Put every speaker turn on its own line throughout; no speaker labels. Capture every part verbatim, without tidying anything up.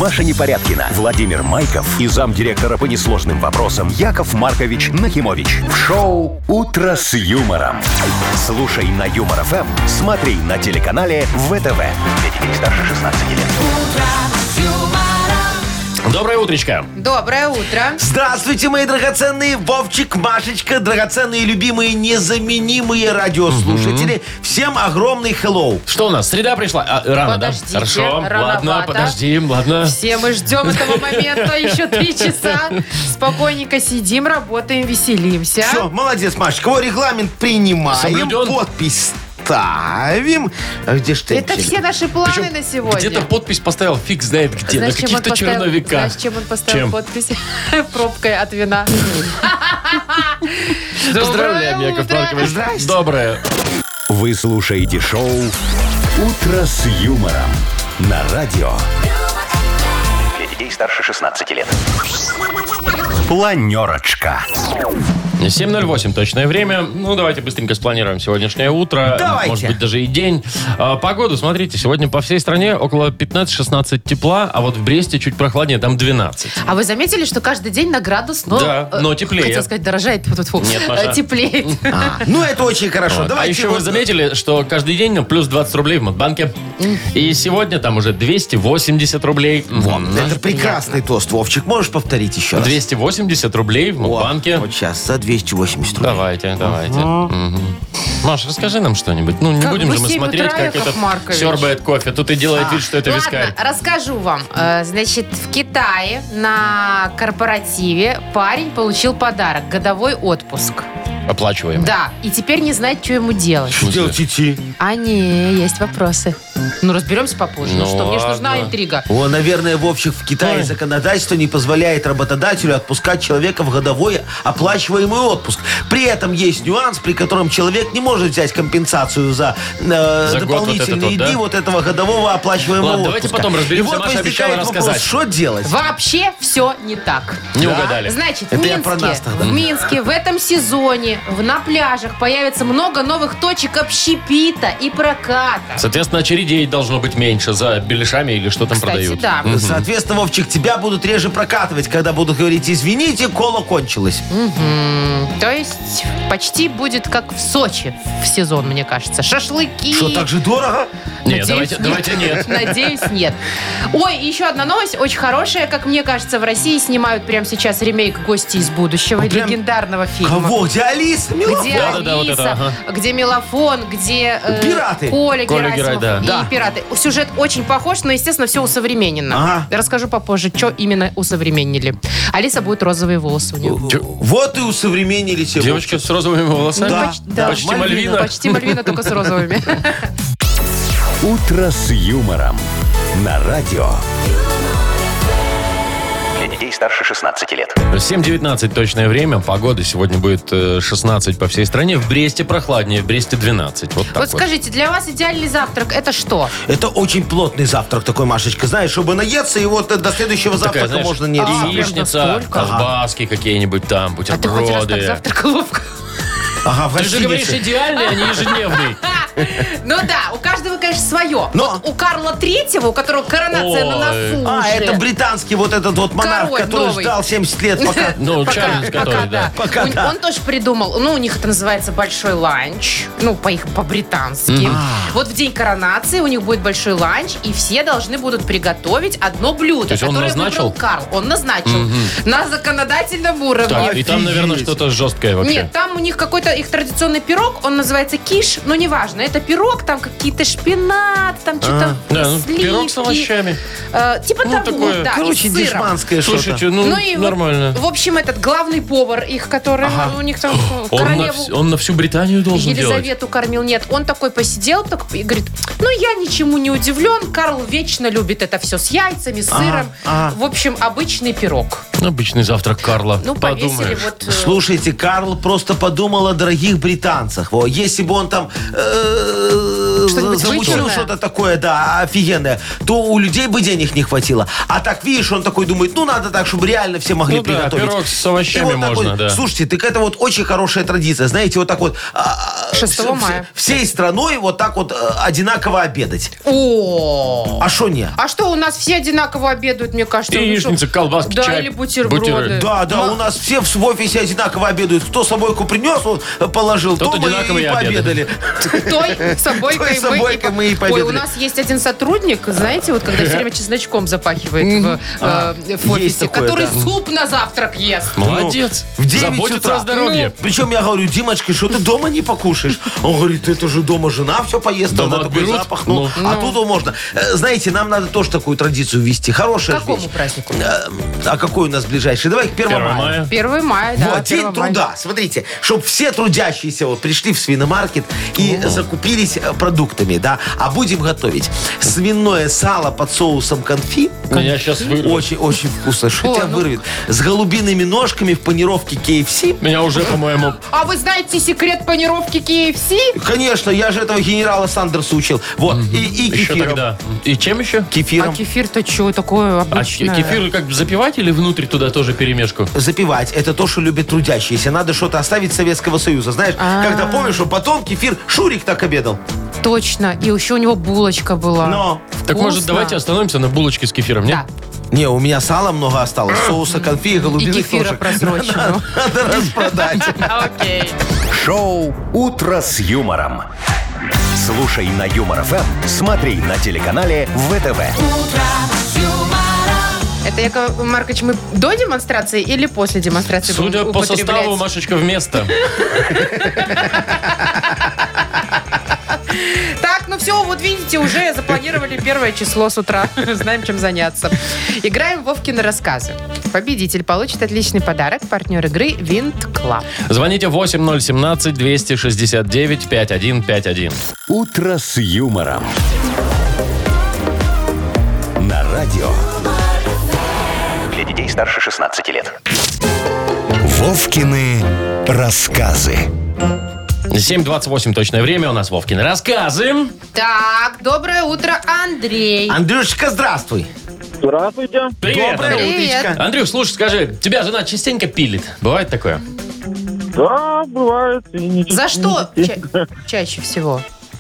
Маша Непорядкина, Владимир Майков и замдиректора по несложным вопросам Яков Маркович Нахимович. В шоу «Утро с юмором». Слушай на Юмор ФМ, смотри на телеканале ВТВ. Для детей старше шестнадцати лет.
Доброе утречко.
Доброе утро.
Здравствуйте, мои драгоценные Вовчик, Машечка, драгоценные, любимые, незаменимые радиослушатели. Угу. Всем огромный hello.
Что у нас? Среда пришла. А, рано,
Подождите,
да? Хорошо.
рановато.
Ладно, подождим, ладно.
Все мы ждем этого момента еще три часа. Спокойненько сидим, работаем, веселимся.
Все, молодец, Машечка. Вот регламент принимаем.
Соблюден.
Подпись ставим. А где штемпель?
Это все наши планы
Причем
на сегодня.
Где-то подпись поставил, фиг знает где,
Знаешь,
на
чем он
каких-то
поставил-
черновиках.
Знаешь, чем он поставил
Чем?
подпись? Пробкой от вина.
Поздравляем,
Доброе
Яков
утро.
Маркович.
Здрасте.
Доброе.
Вы слушаете шоу «Утро с юмором» на радио. Для детей старше шестнадцати лет. Планерочка.
семь ноль восемь точное время. Ну, давайте быстренько спланируем сегодняшнее утро.
Давайте.
Может быть, даже и день. А, погоду, смотрите, сегодня по всей стране около пятнадцать-шестнадцать тепла, а вот в Бресте чуть прохладнее, там двенадцать.
А вы заметили, что каждый день на градус, но...
Да,
э,
но теплее.
Хотел сказать, дорожает. Фу-фу-фу.
Нет, Маша.
Э, Теплеет.
А, ну, это очень хорошо.
Вот. А
Давайте
еще вы
вот-
заметили, что каждый день ну, плюс двадцать рублей в Модбанке. И сегодня там уже двести восемьдесят рублей. Мгм.
Это прекрасный тост, Вовчик. Можешь повторить еще раз?
двести восемьдесят рублей в
О,
Модбанке.
вот сейчас за двести восемьдесят рублей.
Давайте, давайте. Мгм. Маш, расскажи нам что-нибудь. Ну, не
Как
будем
бы
же мы
семь
смотреть,
утра,
как
Яков
этот
Маркович.
сербает кофе. Тут и делает вид, что это вискарь.
Ладно, расскажу вам. Э, Значит, в Китае на корпоративе парень получил подарок. Годовой отпуск.
Оплачиваем.
Да, и теперь не знает, что ему делать.
Что делать идти?
А не, есть вопросы. Ну, разберемся попозже. Ну,
Ну,
что, мне же нужна
ладно.
интрига.
О, наверное, Вовчик, в Китае
Ой.
законодательство не позволяет работодателю отпускать человека в годовой оплачиваемый отпуск. При этом есть нюанс, при котором человек не может взять компенсацию за, э,
За год вот
дополнительные
этот вот,
дни
да?
вот этого годового оплачиваемого
Ладно,
отпуска.
давайте потом разберемся.
И вот
Маша обещала
возникает вопрос,
рассказать.
что делать?
Вообще все не так.
Не
Да?
угадали.
Значит,
Это
в
я про
Минске,
нас тогда.
в Минске в этом сезоне в- на пляжах появится много новых точек общепита и проката.
Соответственно, очередей должно быть меньше за беляшами или что там
Кстати,
продают.
да.
Соответственно, Вовчик, тебя будут реже прокатывать, когда будут говорить, извините, кола кончилась.
Мгм. То есть почти будет как в Сочи в сезон, мне кажется. Шашлыки.
Что, так же дорого?
Нет,
Надеюсь,
давайте, давайте нет.
Надеюсь, нет. Ой, еще одна новость, очень хорошая. Как мне кажется, в России снимают прямо сейчас ремейк «Гости из будущего»,
Ну, прям-
легендарного фильма.
Кого? Где Алиса? Милофон?
Где
Да-да-да, вот это,
Алиса, где Мелофон, где э,
Пираты.
Коля,
Коля
Герасимов
Герай, да.
и
Да.
пираты. Сюжет очень похож, но, естественно, все усовременено.
Ага.
Я расскажу попозже, что именно усовременили. Алиса будет розовые волосы у нее.
Чё,
Вот и усовременили себе.
девочка с розовыми волосами?
Да.
Поч- да,
Почти Мальвина.
Почти Мальвина, только с розовыми.
«Утро с юмором» на радио. Для детей старше шестнадцати лет.
семь девятнадцать точное время. Погода сегодня будет э, шестнадцать по всей стране. В Бресте прохладнее, в Бресте двенадцать. Вот так
Вот
вот.
скажите, для вас идеальный завтрак это что?
Это очень плотный завтрак такой, Машечка. Знаешь, чтобы наесться, и вот до следующего
Такая,
завтрака
знаешь,
можно не
а,
рисовать.
яичница,
настолько?
колбаски какие-нибудь там,
А ты хоть раз так
бутерброды.
завтракал?
Ага, в
Ты же говоришь
гостинице.
идеальный, а не ежедневный.
Ну да, у каждого, конечно, свое.
Но-
Вот у Карла Третьего, у которого коронация
Ой.
на носу
А,
уже.
это британский вот этот вот монарх,
Король
который
новый.
ждал семьдесят лет, пока...
Ну,
Пока-
Чарльз,
пока
который, да.
Пока
Он,
да.
он тоже придумал, ну, у них это называется большой ланч, ну, по их, по-британски. Вот в день коронации у них будет большой ланч, и все должны будут приготовить одно блюдо,
То есть он
которое
назначил?
выбрал Карл. Он назначил. На законодательном уровне.
Так, и там, наверное,
Офигеть.
что-то жесткое вообще.
Нет, там у них какой-то их традиционный пирог, он называется киш, но неважно, это пирог, там какие-то шпинат, там что-то
Да, ну,
сливки.
пирог с овощами.
Э, типа
Ну,
того,
такое.
да, и
Короче,
с сыром.
дешманское что-то.
Слушайте, ну,
Ну и вот,
нормально.
в общем, этот главный повар их, который у них там э,
Он на,
королеву
вс- он на всю Британию должен делать.
Елизавету кормил. Нет, он такой посидел так, и говорит, ну я ничему не удивлен, Карл вечно любит это все с яйцами, с сыром.
ага.
В общем, обычный пирог.
Обычный завтрак Карла.
Ну, повесили
Подумаешь.
вот... э,
Слушайте, Карл просто подумал о дорогих британцах. Во, если бы он там э,
Что-нибудь
замутил
вычурное?
что-то такое, да, офигенное, то у людей бы денег не хватило. А так, видишь, он такой думает, ну, надо так, чтобы реально все могли
Ну да,
приготовить.
пирог с
И
овощами
вот так
можно,
вот,
да.
Слушайте, так это вот очень хорошая традиция. Знаете, вот так вот... а,
шестого
вс-
мая.
Всей страной вот так вот э, одинаково обедать.
О!
А что не?
А что, у нас все одинаково обедают, мне кажется. Ну,
Яичница,
что?
колбаски,
Да,
чай,
или бутерброды.
бутеры.
Да, да, у нас все в офисе одинаково обедают. Кто собойку принес, вот, положил,
Тот
то мы
одинаково
и
и
пообедали.
Той собойкой
Той собойкой мы и
Ой,
пообедали.
у нас есть один сотрудник, знаете, вот когда все время чесночком запахивает в, э, в офисе,
есть такое,
который
да.
суп на завтрак ест.
Молодец.
В девять
Заботится
утра.
о здоровье.
Ну, причем я говорю, Димочка, что ты дома не покушаешь? Он говорит, это же дома жена все поест,
Дома
она такой
отберут?
запах. Ну,
Ну.
а тут можно. Э, Знаете, нам надо тоже такую традицию ввести. Хорошая
К какому
вещь.
празднику?
Э, А какой у нас ближайший? Давай к первому
первое
мая.
мая.
первое мая, да.
Вот, день
первое мая.
труда. Смотрите, чтобы все трудящиеся вот пришли в свиномаркет и закупились э, продуктами, да. А будем готовить свиное сало под соусом конфи.
Меня сейчас вырвет.
Очень-очень вкусно. Что
О,
тебя
ну.
вырвет? С голубиными ножками в панировке кей эф си.
Меня уже, по-моему...
А вы знаете секрет панировки кей эф си?
Конечно, я же этого генерала Сандерса учил. Вот, и, и
Еще
кефиром.
тогда. И чем еще?
Кефиром.
А кефир-то что, такое
А
обычное?
кефир как запивать или внутрь туда тоже перемешку?
Запивать. Это то, что любят трудящиеся. Надо что-то оставить Советского Союза. Знаешь,
А.
когда помнишь, что потом кефир Шурик так обедал.
Точно. И еще у него булочка была.
Но.
Так может
Вкусно.
давайте остановимся на булочке с кефиром, нет?
Да.
Не, у меня сала много осталось. Соуса конфи и
И
голубиных
кефира
ножек.
просроченного.
Надо распродать.
Окей.
Шоу «Утро с юмором». Слушай на Юмор ФМ, смотри на телеканале ВТВ.
Это, Яков Маркович, мы до демонстрации или после демонстрации
Судя
будем
по
употреблять?
составу, Машечка, вместо.
Так, ну все, вот видите, уже запланировали первое число с утра. Знаем, чем заняться. Играем в Вовкины рассказы. Победитель получит отличный подарок. Партнер игры Винт Клаб.
Звоните восемь ноль семнадцать двести шестьдесят девять пятьдесят один пятьдесят один.
«Утро с юмором». На радио. Для детей старше шестнадцати лет. Вовкины рассказы.
семь двадцать восемь точное время. У нас Вовкины рассказы.
Так, доброе утро, Андрей.
Андрюшечка, здравствуй.
Здравствуйте.
Привет,
Доброе
Андрюх.
Привет.
утречко.
Андрюх, слушай, скажи, тебя жена частенько пилит? Бывает такое?
Да, бывает. И не ча-
За
не
что
частенько.
ча- чаще всего?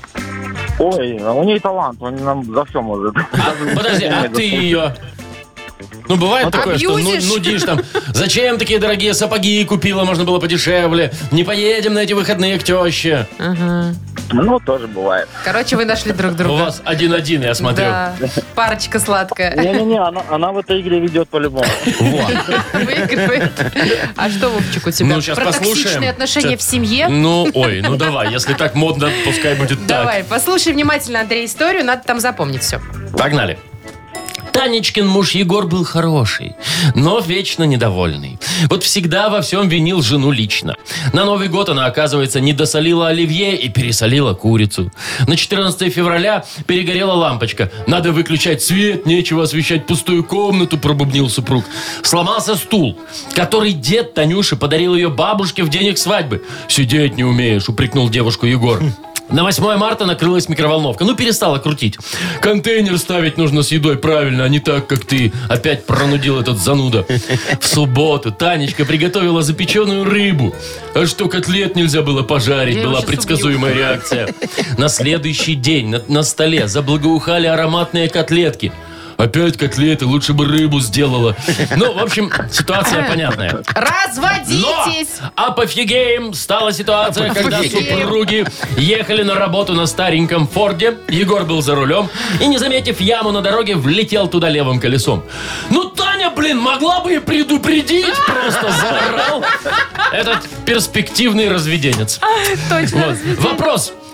Ой, а у нее талант, он нам за все может.
А, подожди, а ты ее... Ну, бывает такое, что ну,
Абьюзишь?
нудишь там. Зачем такие дорогие сапоги купила? Можно было подешевле. Не поедем на эти выходные к теще.
Ну, тоже бывает.
Короче, вы нашли друг друга.
У вас один-один, я смотрю.
Да, парочка сладкая.
Не-не-не, она, она в этой игре ведет по-любому.
Выигрывает. А что, Вовчик, у тебя?
Ну, щас
Про
послушаем.
токсичные отношения
Ща-
в семье?
Ну, ой, ну давай, если так модно, пускай будет так.
Давай, послушай внимательно, Андрей, историю. Надо там запомнить все.
Погнали. Танечкин муж Егор был хороший, но вечно недовольный. Вот всегда во всем винил жену лично. На Новый год она, оказывается, не досолила оливье и пересолила курицу. На четырнадцатое февраля перегорела лампочка. Надо выключать свет, нечего освещать пустую комнату, пробубнил супруг. Сломался стул, который дед Танюши подарил ее бабушке в день их свадьбы. «Сидеть не умеешь», упрекнул девушку Егор. На восьмое марта накрылась микроволновка. Ну, перестала крутить. Контейнер ставить нужно с едой правильно, а не так, как ты. Опять пронудил этот зануда. В субботу Танечка приготовила запеченную рыбу. А что, котлет нельзя было пожарить?
Я
Была
его щас
предсказуемая реакция. На следующий день на, на столе заблагоухали ароматные котлетки. Опять котлеты, лучше бы рыбу сделала. Ну, в общем, ситуация понятная. Но
Разводитесь!
апофигеем стала ситуация, когда
Апофигеем.
супруги ехали на работу на стареньком Форде. Егор был за рулем и, не заметив яму на дороге, влетел туда левым колесом. Ну, Таня, блин, могла бы и предупредить, просто заорал этот перспективный разведенец.
Точно.
Вот. Вопрос.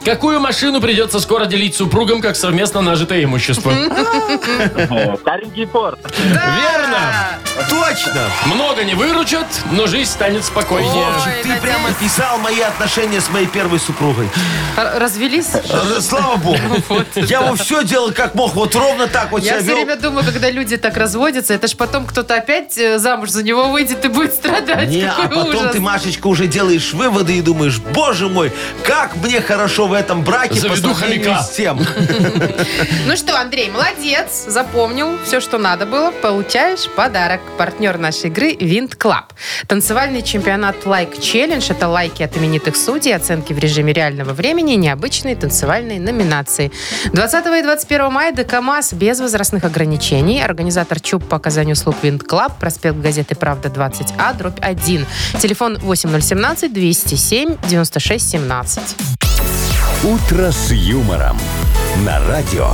Какую машину придется скоро делить супругам, как совместно нажитое имущество?
Старенький порт.
Верно!
Точно!
Много не выручат, но жизнь станет спокойнее.
Вовчик,
Ой,
ты
надеюсь.
прямо писал мои отношения с моей первой супругой.
Р- Развелись?
Э, Слава богу. Я вот все делал как мог, вот ровно так вот
Я
себя
все
вел.
время думаю, когда люди так разводятся, это ж потом кто-то опять э, замуж за него выйдет и будет страдать.
Не, а
Какой
потом
ужас.
ты, Машечка, уже делаешь выводы и думаешь, боже мой, как мне хорошо в этом браке по
Заведу
сравнению
хомяка.
с тем.
Ну что, Андрей, молодец. Запомнил все, что надо было. Получаешь подарок. Партнер нашей игры Винт Клаб. Танцевальный чемпионат Лайк Челлендж. Это лайки от именитых судей, оценки в режиме реального времени и необычные танцевальные номинации. двадцатого и двадцать первого мая ДК МАЗ без возрастных ограничений. Организатор ЧУП по оказанию услуг Винт Клаб. Проспект газеты «Правда» двадцать А, дробь один. Телефон восемь ноль семнадцать двести семь девяносто шесть семнадцать.
«Утро с юмором» на радио.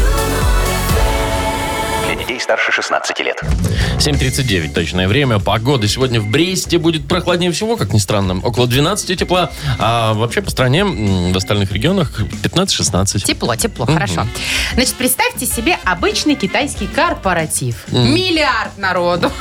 Для детей старше шестнадцати лет.
семь тридцать девять точное время. Погода сегодня в Бресте будет прохладнее всего, как ни странно. Около двенадцати тепла. А вообще по стране, м, в остальных регионах пятнадцать-шестнадцать.
Тепло, тепло, хорошо. Значит, представьте себе обычный китайский корпоратив. Миллиард народу.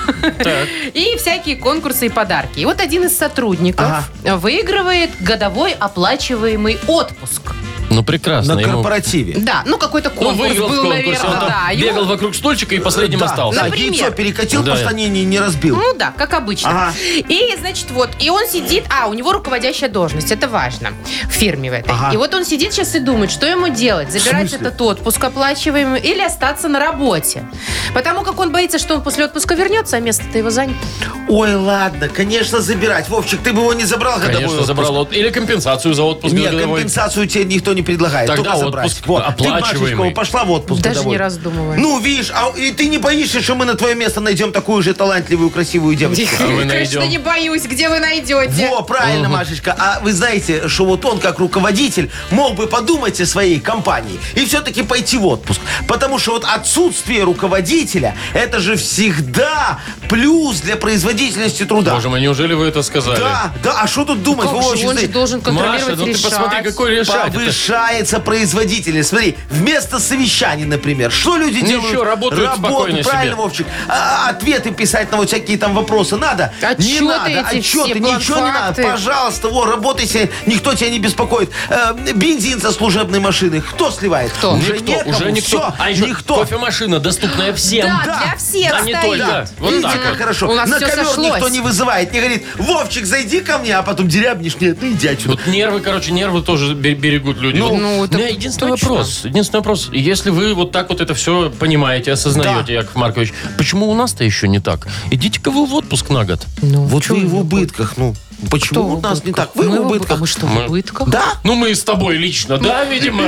И всякие конкурсы и подарки. И вот один из сотрудников выигрывает годовой оплачиваемый отпуск.
Ну, прекрасно.
На
ему-
корпоративе.
Да, ну какой-то
Ну,
конкурс
выиграл в
был,
конкурсе,
наверное,
он там
да. Ему-
бегал вокруг стульчика и последним
Да,
остался.
да,
Например.
яйцо перекатил
Да.
по стране, не, не разбил.
Ну да, как обычно.
Ага.
И, значит, вот, и он сидит, а, у него руководящая должность, это важно, в фирме в этой.
Ага.
И вот он сидит сейчас и думает, что ему делать, забирать
смысле?
этот отпуск оплачиваемый или остаться на работе. Потому как он боится, что он после отпуска вернется, а место-то его занято.
Ой, ладно, конечно, забирать. Вовчик, ты бы его не забрал годовой
Конечно,
отпуск?
забрал от- или компенсацию за отпуск
Нет,
годовой.
компенсацию тебе никто не предлагает.
Тогда
только забрать.
отпуск
Вот. Ты,
оплачиваемый.
Машечка, пошла в отпуск
Даже
годовой.
не раздумывая.
Ну, видишь, а и ты не боишься, что мы на твое место найдем такую же талантливую, красивую девочку?
А мы
Конечно,
найдем.
не боюсь, где вы найдете.
Во, правильно, Машечка. А вы знаете, что вот он, как руководитель, мог бы подумать о своей компании и все-таки пойти в отпуск. Потому что вот отсутствие руководителя, это же всегда плюс для производительности труда.
Боже мой, неужели вы это сказали?
Да, да, а что тут думать?
Как же,
Вовчик,
он же
знаете,
должен контролировать,
Маша, ну ты
решать.
посмотри, какой решать. это.
Повышается производительность. Смотри, вместо совещаний, например, что люди делают?
Ничего, работают спокойно
правильно,
себе.
Вовчик. А, ответы писать на вот всякие там вопросы надо? Не
Отчеты
надо.
эти все,
Отчеты, ничего не надо.
бланфакты.
Пожалуйста, во, работайте, никто тебя не беспокоит. Э, бензин со служебной машины. Кто сливает?
Кто?
Уже
Никто,
некому.
уже никто.
Всё,
а еще
никто.
кофемашина, доступная всем.
Да,
Да.
для всех
Да, не
стоит.
только. Вот
Видите,
так
как
вот.
хорошо.
У нас
На
всё
ковер
сошлось.
никто не вызывает. Не говорит, Вовчик, зайди ко мне, а потом дерябнешь. Нет, ну иди отсюда.
Вот нервы, короче, нервы тоже бе- берегут люди.
Ну,
Вот
ну,
у
это
меня единственный
точно.
вопрос. Единственный вопрос. Если вы вот так вот это все понимаете, осознаете,
Да.
Яков Маркович, почему у нас-то еще не так? Идите-ка вы в отпуск на год.
Ну,
Вот
чё
вы в
вы?
убытках, ну. Почему
Кто
у нас
в
не так?
убытках?
Вы
Мы
в убытках.
А мы что,
Мы-
в убытках?
Да?
Ну, мы с тобой лично, да, видимо?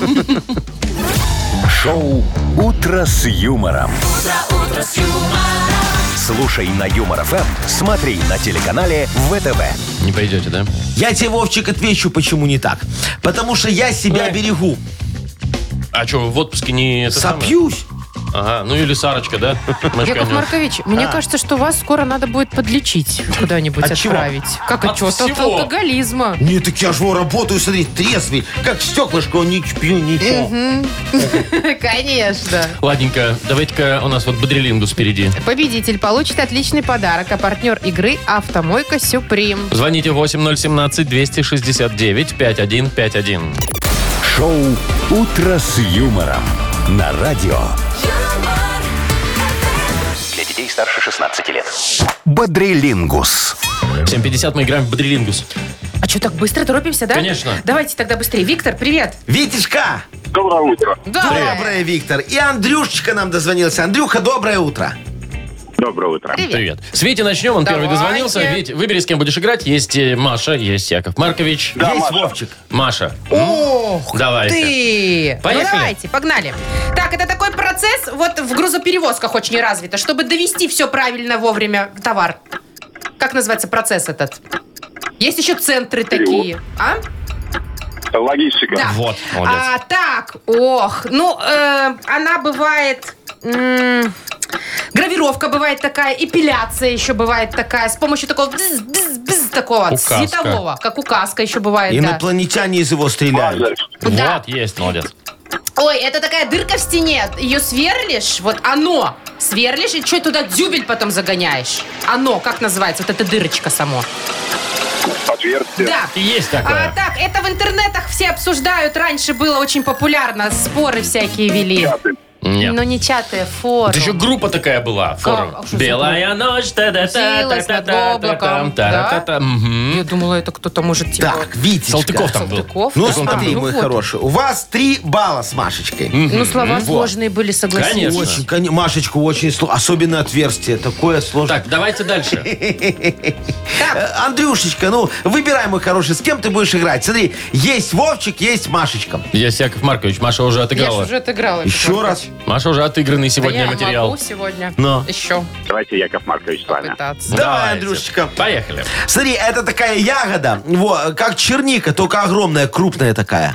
Шоу «Утро с юмором». Слушай на Юмор ФМ, смотри на телеканале ВТВ.
Не пойдете, да?
Я тебе, Вовчик, отвечу, почему не так. Потому что я себя
Ой.
берегу.
А что, вы в отпуске не... это самое?
Сопьюсь.
Ага, ну или Сарочка, да?
Яков
Мочканет.
Маркович, мне кажется, что вас скоро надо будет подлечить, куда-нибудь
От чего?
отправить. Как
От
от чего? От
всего.
алкоголизма.
Не, так я же работаю, смотри, трезвый. Как стеклышко, не пью ничего.
Конечно.
Ладненько, давайте-ка у нас вот бодрилингус впереди.
Победитель получит отличный подарок, а партнер игры «Автомойка Сюприм».
Звоните восемь ноль семнадцать двести шестьдесят девять пятьдесят один пятьдесят один.
Шоу «Утро с юмором» на радио. Для детей старше шестнадцати лет. Бодрилингус.
семь пятьдесят мы играем в бодрилингус.
А что, так быстро торопимся, да?
Конечно.
Давайте тогда быстрее. Виктор, привет.
Витюшка,
Доброе утро.
доброе, Виктор. И Андрюшечка нам дозвонился. Андрюха, доброе утро.
Доброе утро.
Привет.
Привет. С Вити начнем, он первый
Давайте.
дозвонился. Вить, выбери, с кем будешь играть. Есть э, Маша, есть Яков Маркович.
Да,
Есть
Маша.
Вовчик.
Маша.
Ох
Давайте.
ты!
Поехали.
Ну, давайте, погнали. Так, это такой процесс вот в грузоперевозках очень развито, чтобы довести все правильно вовремя в товар. Как называется процесс этот? Есть еще центры такие. А?
Логистика.
Да.
Вот, молодец.
А, так, ох, ну, э, она бывает... м, гравировка бывает такая, эпиляция еще бывает такая. С помощью такого бз-бз-бз такого
Указка.
светового, как указка еще бывает, да.
Инопланетяне из его стреляют.
Да.
Вот, есть, молодец.
Ой, это такая дырка в стене. Ее сверлишь, вот оно. Сверлишь, и что туда дюбель потом загоняешь? Оно, как называется? Вот эта дырочка само.
Отверстие.
Да.
И есть такое.
А, так, это в интернетах все обсуждают. Раньше было очень популярно. Споры всякие вели.
Нет.
Но не чаты, форум.
Это еще группа такая была, форум.
А что за
Белая ночь, та та та
Селась над облаком, да? Я думала, это кто-то может типа...
Так, Витечка.
Салтыков там был.
Салтыков?
Ну
Да.
смотри,
А,
мой
вот.
хороший, у вас три балла с Машечкой.
Ну, слова сложные были, согласись.
Конечно.
Очень, коне- Машечку очень сложно, особенно отверстие, такое сложное.
Так, давайте дальше.
Э, Андрюшечка, ну, выбирай, мой хороший, с кем ты будешь играть. Смотри, есть Вовчик, есть Машечка.
Есть Яков Маркович. Маша уже
Я ж
отыграла.
уже отыграла.
Еще раз.
Маша уже отыгранный
Да
сегодня
я
материал.
могу сегодня
Но.
еще
Давайте Яков Маркович с вами.
пытаться.
Давай,
Давайте.
Андрюшечка.
Поехали.
Смотри, это такая ягода, во, как черника, только огромная, крупная такая.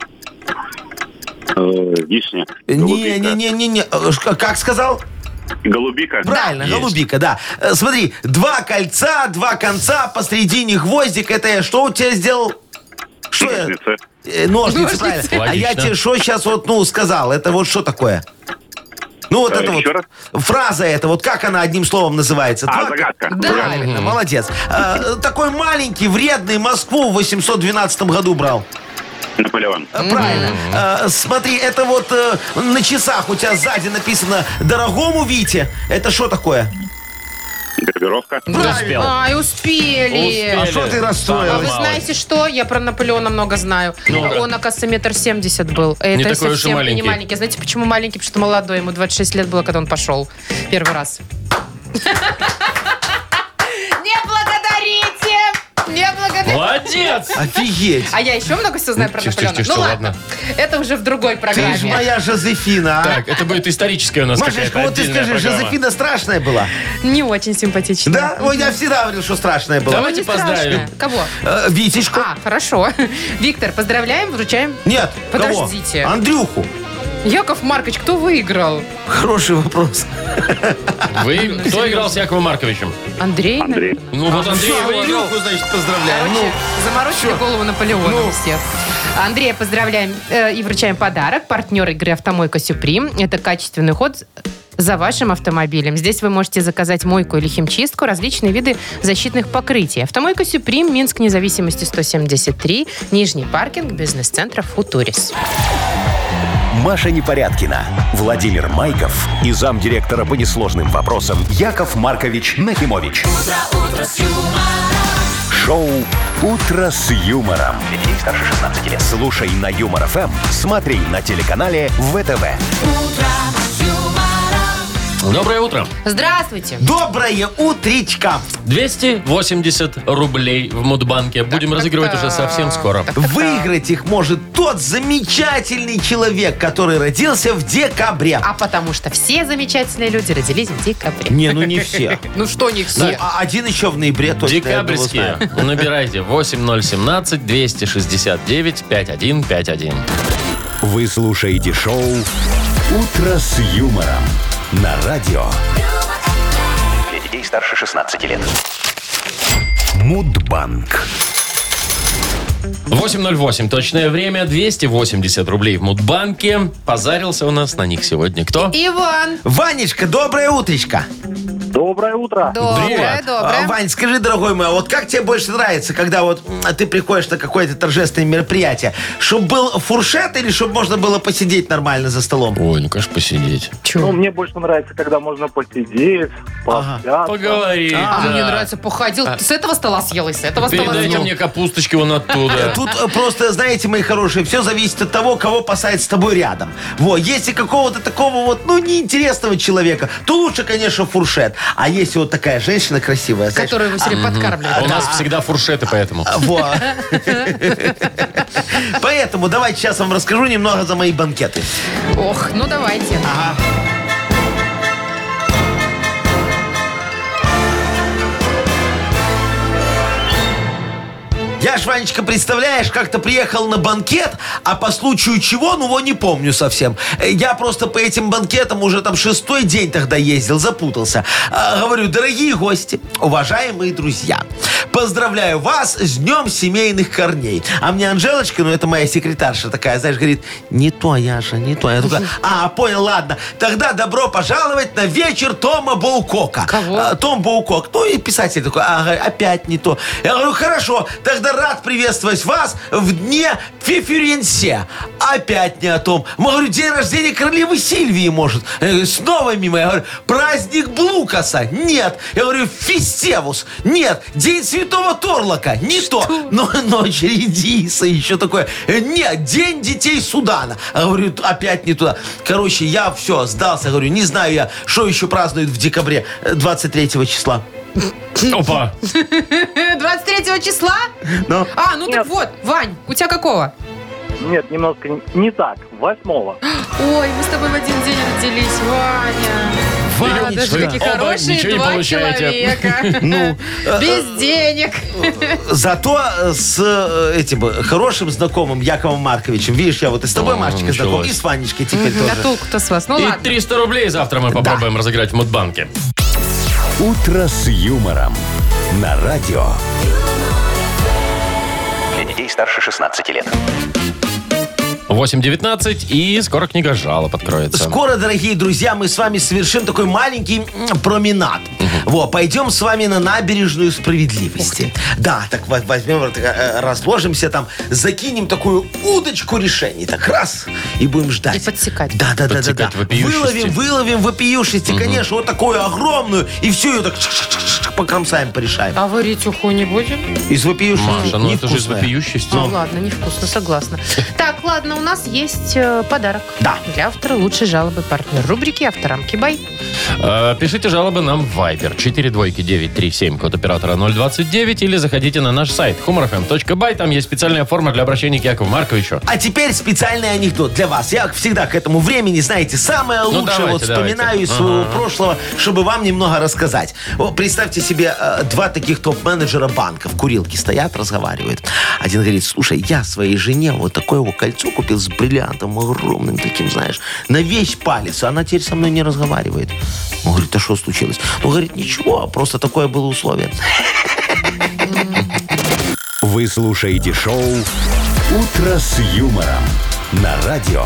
Э, Вишня. Голубика.
Не-не-не-не-не, э, ш- как сказал?
Голубика.
Правильно,
Есть.
голубика, да. Э, Смотри, два кольца, два конца, посредине гвоздик. Это я что у тебя сделал? Что я?
Ножницы.
Э, Ножницы,
Ножницы.
правильно. А я
Логично.
тебе что сейчас вот, ну, сказал? Это вот что такое? Ну, вот
Э,
это вот.
еще раз?
Фраза эта, вот как она одним словом называется?
А,
Два-
загадка.
Да.
Правильно, молодец. Э, Такой маленький, вредный, Москву в восемьсот двенадцатом году брал.
Наполеон.
Э, Правильно. Э, Смотри, это вот э, на часах у тебя сзади написано «Дорогому Вите». Это что такое?
Гравировка.
Успел.
Ай, успели.
Успели.
А что ты расстроилась?
А вы знаете что? Я про Наполеона много знаю.
Ну-ка.
Он, оказывается, метр семьдесят был. Это
Не такой уж и
совсем
маленький.
не маленький. Знаете, почему маленький? Потому что молодой. Ему двадцать шесть лет было, когда он пошел. Первый раз. Не благодарите! Не благодарите!
Молодец!
Офигеть.
А я еще много всего знаю про
Тише,
Наполеона.
тише,
Ну
тише,
ладно. Это уже в другой
Ты ж
программе.
моя Жозефина, а?
Так, это будет историческая у нас
Машечка,
какая-то
вот ты
отдельная
скажи,
программа.
Жозефина страшная была?
Не очень симпатично.
Да? Ой, я всегда говорил, что страшная была.
Давайте
Не страшно.
поздравим.
Кого?
Э, Витечку?
А, хорошо. Виктор, поздравляем, вручаем.
Нет,
Подождите.
кого? Андрюху.
Яков Маркович, кто выиграл?
Хороший вопрос.
Вы кто играл с Яковом Марковичем?
Андрей?
Андрей.
Ну вот Андрей выиграл.
Андрюху, значит, поздравляем.
Короче,
Ну,
заморочили голову Наполеона
Ну.
у всех. Андрея поздравляем э, и вручаем подарок. Партнер игры «Автомойка Сюприм». Это качественный уход за вашим автомобилем. Здесь вы можете заказать мойку или химчистку, различные виды защитных покрытий. «Автомойка Сюприм», Минск, независимости сто семьдесят три, Нижний паркинг, бизнес-центр «Футурис».
Маша Непорядкина, Владимир Майков и замдиректора по несложным вопросам Яков Маркович Нахимович. Шоу «Утро с юмором». Для детей старше шестнадцати лет. Слушай на Юмор ФМ, смотри на телеканале ВТВ.
Доброе утро.
Здравствуйте.
Доброе утречка.
двести восемьдесят рублей в Мудбанке. Будем разыгрывать уже совсем скоро.
Выиграть их может тот замечательный человек, который родился в декабре.
А потому что все замечательные люди родились в декабре.
Не, ну не все.
Ну что не
Ну,
все?
а один еще в ноябре точно. я думаю,
Декабрьские.
знаю.
Набирайте восемь ноль семнадцать двести шестьдесят девять пятьдесят один пятьдесят один.
Вы слушаете шоу «Утро с юмором» на радио. Для детей старше шестнадцати лет. Мудбанк.
восемь ноль восемь. Точное время. двести восемьдесят рублей в Мудбанке. Позарился у нас на них сегодня. Кто?
Иван.
Ванечка, доброе утречко.
Доброе утро.
Доброе,
Привет.
А,
доброе.
Вань, скажи, дорогой мой, а вот как тебе больше нравится, когда вот м, ты приходишь на какое-то торжественное мероприятие? Чтобы был фуршет или чтобы можно было посидеть нормально за столом?
Ой, ну, конечно, посидеть.
Ну, мне больше нравится, когда можно посидеть, пообщаться.
Поговорить.
А
да.
мне нравится, походил. С этого стола съел и с этого стола
Передайте
съел.
мне капусточки вон оттуда.
Тут э, просто, знаете, мои хорошие, все зависит от того, кого посадить с тобой рядом. Вот, если какого-то такого вот, ну, неинтересного человека, то лучше, конечно, фуршет. А если вот такая женщина красивая, знаешь,
Которую вы все время подкармливаете.
У нас всегда фуршеты, поэтому.
а, вот. Поэтому давайте сейчас вам расскажу немного за мои банкеты.
Ох, ну давайте.
Я ж, Ванечка, представляешь, как-то приехал на банкет, а по случаю чего, ну, его не помню совсем. Э, Я просто по этим банкетам уже там шестой день тогда ездил, запутался. А, говорю, дорогие гости, уважаемые друзья, поздравляю вас с Днем семейных корней. А мне Анжелочка, ну, это моя секретарша такая, знаешь, говорит, не то, Яша, не то. Я такая, а, понял, ладно. Тогда добро пожаловать на вечер Тома Боукока.
Кого?
А, Том Боукок. Ну, и писатель такой, ага, опять не то. Я говорю, хорошо, тогда рад приветствовать вас в дне Фиференсе. Опять не о том. Мы, говорю, день рождения королевы Сильвии, может. Э, Снова мимо. Я говорю, праздник Блукаса. Нет. Я говорю, Фистевус. Нет. День Святого Торлока. Не то. Но ночь Редиса еще такое. Э, Нет. День детей Судана. Я говорю, опять не туда. Короче, я все, сдался. Говорю, не знаю я, что еще празднуют в декабре э, двадцать третьего числа.
Опа.
двадцать третьего числа?
Ну,
А, ну так
Нет.
вот, Вань, у тебя какого?
Нет, немножко не, не так. Восьмого.
Ой, мы с тобой в один день родились, Ваня.
Ванечка,
Даже какие
оба
хорошие
ничего не
два
получаете.
человека.
ну, э,
Без денег.
Зато с э, этим э, хорошим знакомым Яковом Марковичем. Видишь, я вот и с тобой,
О,
Машечка, знаком,
началось.
и с Ванечкой теперь
А
тоже.
толку-то с вас? Ну
И
ладно.
триста рублей завтра мы попробуем разыграть в Мудбанке.
«Утро с юмором» на радио.
Для детей старше шестнадцати лет.
восемь девятнадцать, и скоро книга жалоб откроется.
Скоро, дорогие друзья, мы с вами совершим такой маленький м, променад. Во, пойдем с вами на набережную Справедливости. Да, так во- возьмем, так, э, разложимся там, закинем такую удочку решений. Так раз, и будем ждать.
И подсекать.
Да, да, да, да, да.
Подсекать вопиющести.
Выловим, выловим вопиющести, конечно, вот такую огромную, и все ее так покромсаем, порешаем.
А варить уху не будем?
Из вопиющести
Маша, ну это же из
невкусное.
вопиющести.
Ну ладно, невкусно, согласна. Так, ладно, у нас есть э, подарок.
Да.
Для автора лучшей жалобы партнер рубрики «Авторамки Бай».
Э, Пишите жалобы нам в Viber четыре двойки девять три семь, код оператора ноль двадцать девять, или заходите на наш сайт humor эф эм точка бай. Там есть специальная форма для обращения к Якову Марковичу.
А теперь специальный анекдот для вас. Я всегда к этому времени, знаете, самое
Ну,
лучшее
давайте,
вот вспоминаю
давайте.
из своего
Ага.
прошлого, чтобы вам немного рассказать. Вот представьте себе, э, два таких топ-менеджера банка в курилке стоят, разговаривают. Один говорит, слушай, я своей жене вот такое вот кольцо купил с бриллиантом огромным таким, знаешь, на весь палец. Она теперь со мной не разговаривает. Он говорит, а что случилось? Ну, говорит, ничего, просто такое было условие.
Вы слушаете шоу «Утро с юмором» на радио.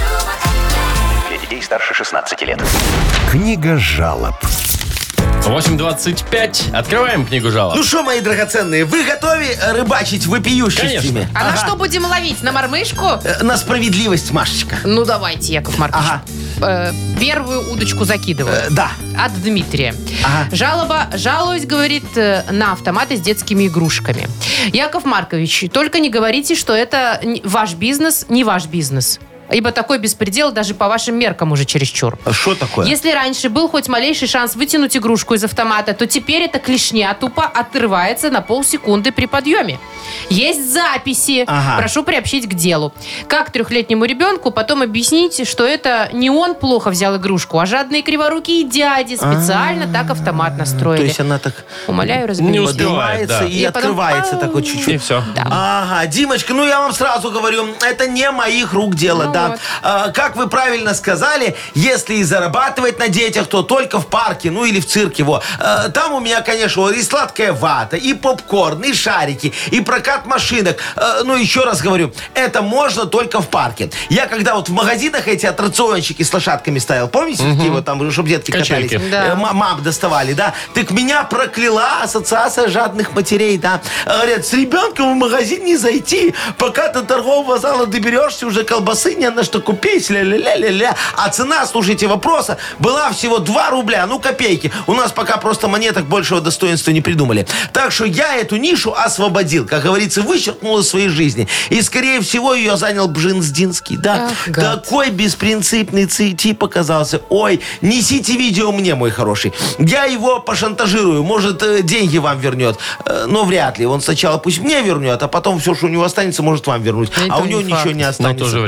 Для детей старше шестнадцати лет.
Книга жалоб.
восемь двадцать пять. Открываем книгу жалоб.
Ну что, мои драгоценные, вы готовы э, рыбачить вопиющестями?
А на что будем ловить? На мормышку?
Э, На справедливость, Машечка.
Ну, давайте, Яков Маркович.
Ага.
Э, первую удочку закидываю.
Э, Да.
От Дмитрия.
Ага.
Жалоба. Жалуюсь, говорит, э, на автоматы с детскими игрушками. Яков Маркович, только не говорите, что это не- ваш бизнес, не ваш бизнес. Ибо такой беспредел даже по вашим меркам уже чересчур.
А что такое?
Если раньше был хоть малейший шанс вытянуть игрушку из автомата, то теперь эта клешня тупо отрывается на полсекунды при подъеме. Есть записи.
Ага.
Прошу приобщить к делу. Как трехлетнему ребенку потом объяснить, что это не он плохо взял игрушку, а жадные криворукие дяди специально так автомат
То
настроили.
есть она так
Умоляю,
Не
разберитесь.
успевает,
поднимается
да.
и,
И потом
открывается
пау.
такой чуть-чуть.
И все.
Да.
Ага, Димочка, ну я вам сразу говорю, это не моих рук дело,
Ну
да.
вот.
А, как вы правильно сказали, если и зарабатывать на детях, то только в парке, ну или в цирке, во. А, там у меня, конечно, вот и сладкая вата, и попкорн, и шарики, и прокат машинок. А, ну еще раз говорю, это можно только в парке. Я когда вот в магазинах эти аттракциончики с лошадками ставил, помните, такие вот там, чтобы детки
Качельки.
катались?
Да.
Э, ма- Мам доставали, да? Так меня прокляла ассоциация жадных матерей, да? Говорят, с ребенком в магазин не зайти, пока до торгового зала доберешься, уже колбасы не на что купить, ля-ля-ля-ля-ля. А цена, слушайте, вопроса была всего два рубля, ну копейки. У нас пока просто монеток большего достоинства не придумали. Так что я эту нишу освободил, как говорится, вычеркнул из своей жизни. И, скорее всего, ее занял Бженздинский, да?
Ах, гад.
Такой беспринципный ци- тип оказался. Ой, несите видео мне, мой хороший. Я его пошантажирую, может, э, деньги вам вернет. Э, Но вряд ли. Он сначала пусть мне вернет, а потом все, что у него останется, может вам вернуть.
И
А
то
у него
не
ничего
факт.
не
Ну,
останется.
тоже вряд ли, да.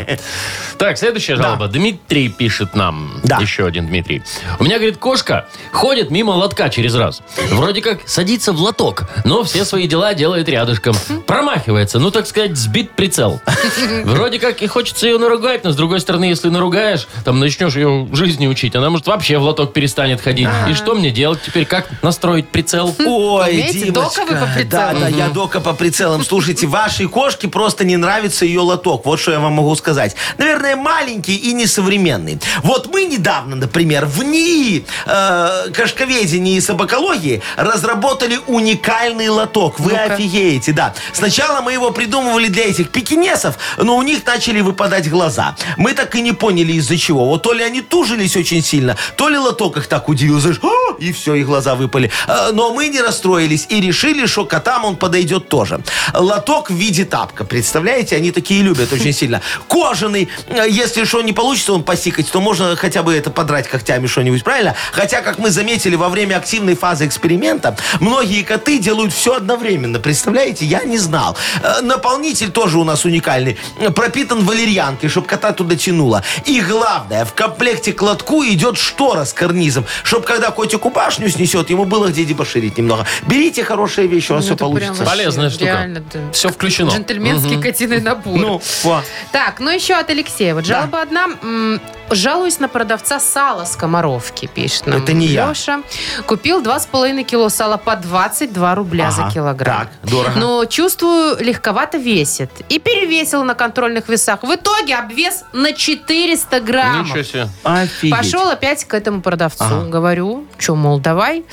Так, следующая жалоба. Дмитрий пишет нам.
Да.
Еще один Дмитрий. У меня, говорит, кошка ходит мимо лотка через раз. Вроде как садится в лоток, но все свои дела делает рядышком. Промахивается, ну, так сказать, сбит прицел. Вроде как и хочется ее наругать, но с другой стороны, если наругаешь, там начнешь ее жизни учить, она, может, вообще в лоток перестанет ходить. И что мне делать теперь? Как настроить прицел?
Ой,
Умеете? Дока вы по
Димочка.
прицелам?
Да, да, я дока по прицелам. Слушайте, вашей кошке просто не нравится ее лоток. Вот что я вам могу сказать. Наверное, маленький и несовременный. Вот мы недавно, например, в НИИ э, кошковедении и собакологии разработали уникальный лоток. Вы
Ну-ка.
офигеете, да. Сначала мы его придумывали для этих пекинесов, но у них начали выпадать глаза. Мы так и не поняли, из-за чего. Вот то ли они тужились очень сильно, то ли лоток их так удивил. Знаешь, «А!» и все, и глаза выпали. Э, Но мы не расстроились и решили, что котам он подойдет тоже. Лоток в виде тапка. Представляете, они такие любят очень сильно. Кожаный. Э, Если что не получится он посикать, то можно хотя бы это подрать когтями что-нибудь, правильно? Хотя, как мы заметили, во время активной фазы эксперимента многие коты делают все одновременно. Представляете? Я не знал. Э, Наполнитель тоже у нас уникальный. Э, Пропитан валерьянкой, чтобы кота туда тянуло. И главное, в комплекте к лотку идет штора с карнизом, чтобы когда котику башню снесет, ему было где дебоширить немного. Берите хорошие вещи, у вас
Ну,
все
это прям
получится.
вообще
Полезная штука.
Реально, да.
Все включено.
Джентльменский котиный набор.
Ну, во.
Так, ну еще от Алексея. Вот жалоба одна. М, Жалуюсь на продавца сала с Комаровки, пишет нам
Это не я.
Леша. Купил два с половиной кило сала по двадцать два рубля
Ага,
за килограмм.
так, дорого.
Но чувствую, легковато весит. И перевесил на контрольных весах. В итоге обвес на четыреста граммов.
Ничего себе.
Офигеть.
Пошел опять к этому продавцу.
Ага.
Говорю, что, мол, давай.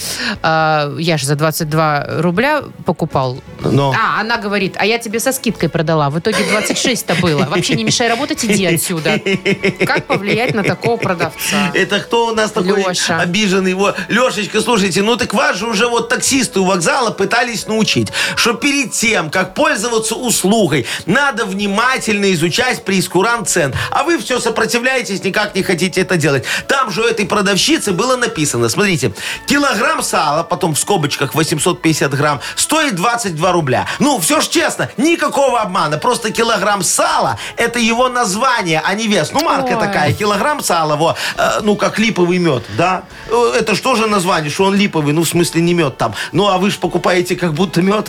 А, я же за двадцать два рубля покупал.
Но.
А, она говорит, а я тебе со скидкой продала. В итоге двадцать шесть-то было. Вообще не мешай работать, иди отсюда. Как повлиять на такого продавца?
Это кто у нас такой
Леша.
обиженный? Вот, Лешечка, слушайте, ну так вас же уже вот таксисты у вокзала пытались научить, что перед тем, как пользоваться услугой, надо внимательно изучать прейскурант цен. А вы все сопротивляетесь, никак не хотите это делать. Там же у этой продавщицы было написано, смотрите, килограмм сала, потом в скобочках восемьсот пятьдесят грамм, стоит двадцать два рубля. Ну, все ж честно, никакого обмана. Просто килограмм сала, это его название, а не вес. Ну, марка
Ой.
такая, килограмм сала, во, э, ну, как липовый мед, да? Э, Это что же название, что он липовый, ну, в смысле, не мед там. Ну, а вы же покупаете как будто мед.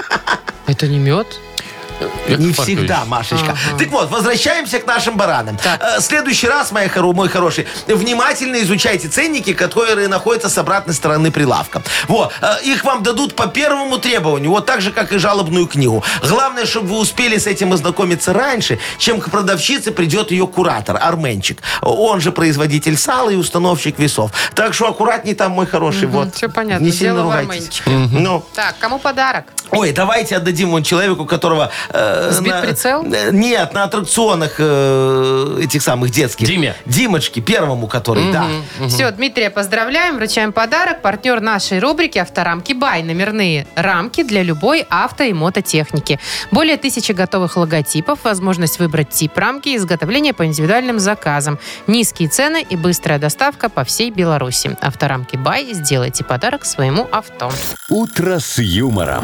Это не мед?
Яков
Не
Маркович.
всегда, Машечка.
Ага.
Так вот, возвращаемся к нашим баранам.
Так.
Э, следующий раз, моя хоро- мой хороший, внимательно изучайте ценники, которые находятся с обратной стороны прилавка. Вот, э, их вам дадут по первому требованию, вот так же, как и жалобную книгу. Главное, чтобы вы успели с этим ознакомиться раньше, чем к продавщице придет ее куратор, Арменчик. Он же производитель сала и установщик весов. Так что аккуратней там, мой хороший. Вот.
Всё понятно.
Не сильно
Дело в
ругайтесь.
Арменчике.
Ну,
Так, кому подарок?
ой, давайте отдадим вон человеку, которого... э,
Сбит
на-
прицел?
э, Нет, на аттракционах э, этих самых детских.
Диме.
Димочке, первому который, да.
Все, Дмитрия, поздравляем, вручаем подарок. Партнер нашей рубрики «Авторамки Бай». Номерные рамки для любой авто и мототехники. Более тысячи готовых логотипов, возможность выбрать тип рамки, изготовление по индивидуальным заказам. Низкие цены и быстрая доставка по всей Беларуси. «Авторамки Бай». Сделайте подарок своему авто.
«Утро с юмором».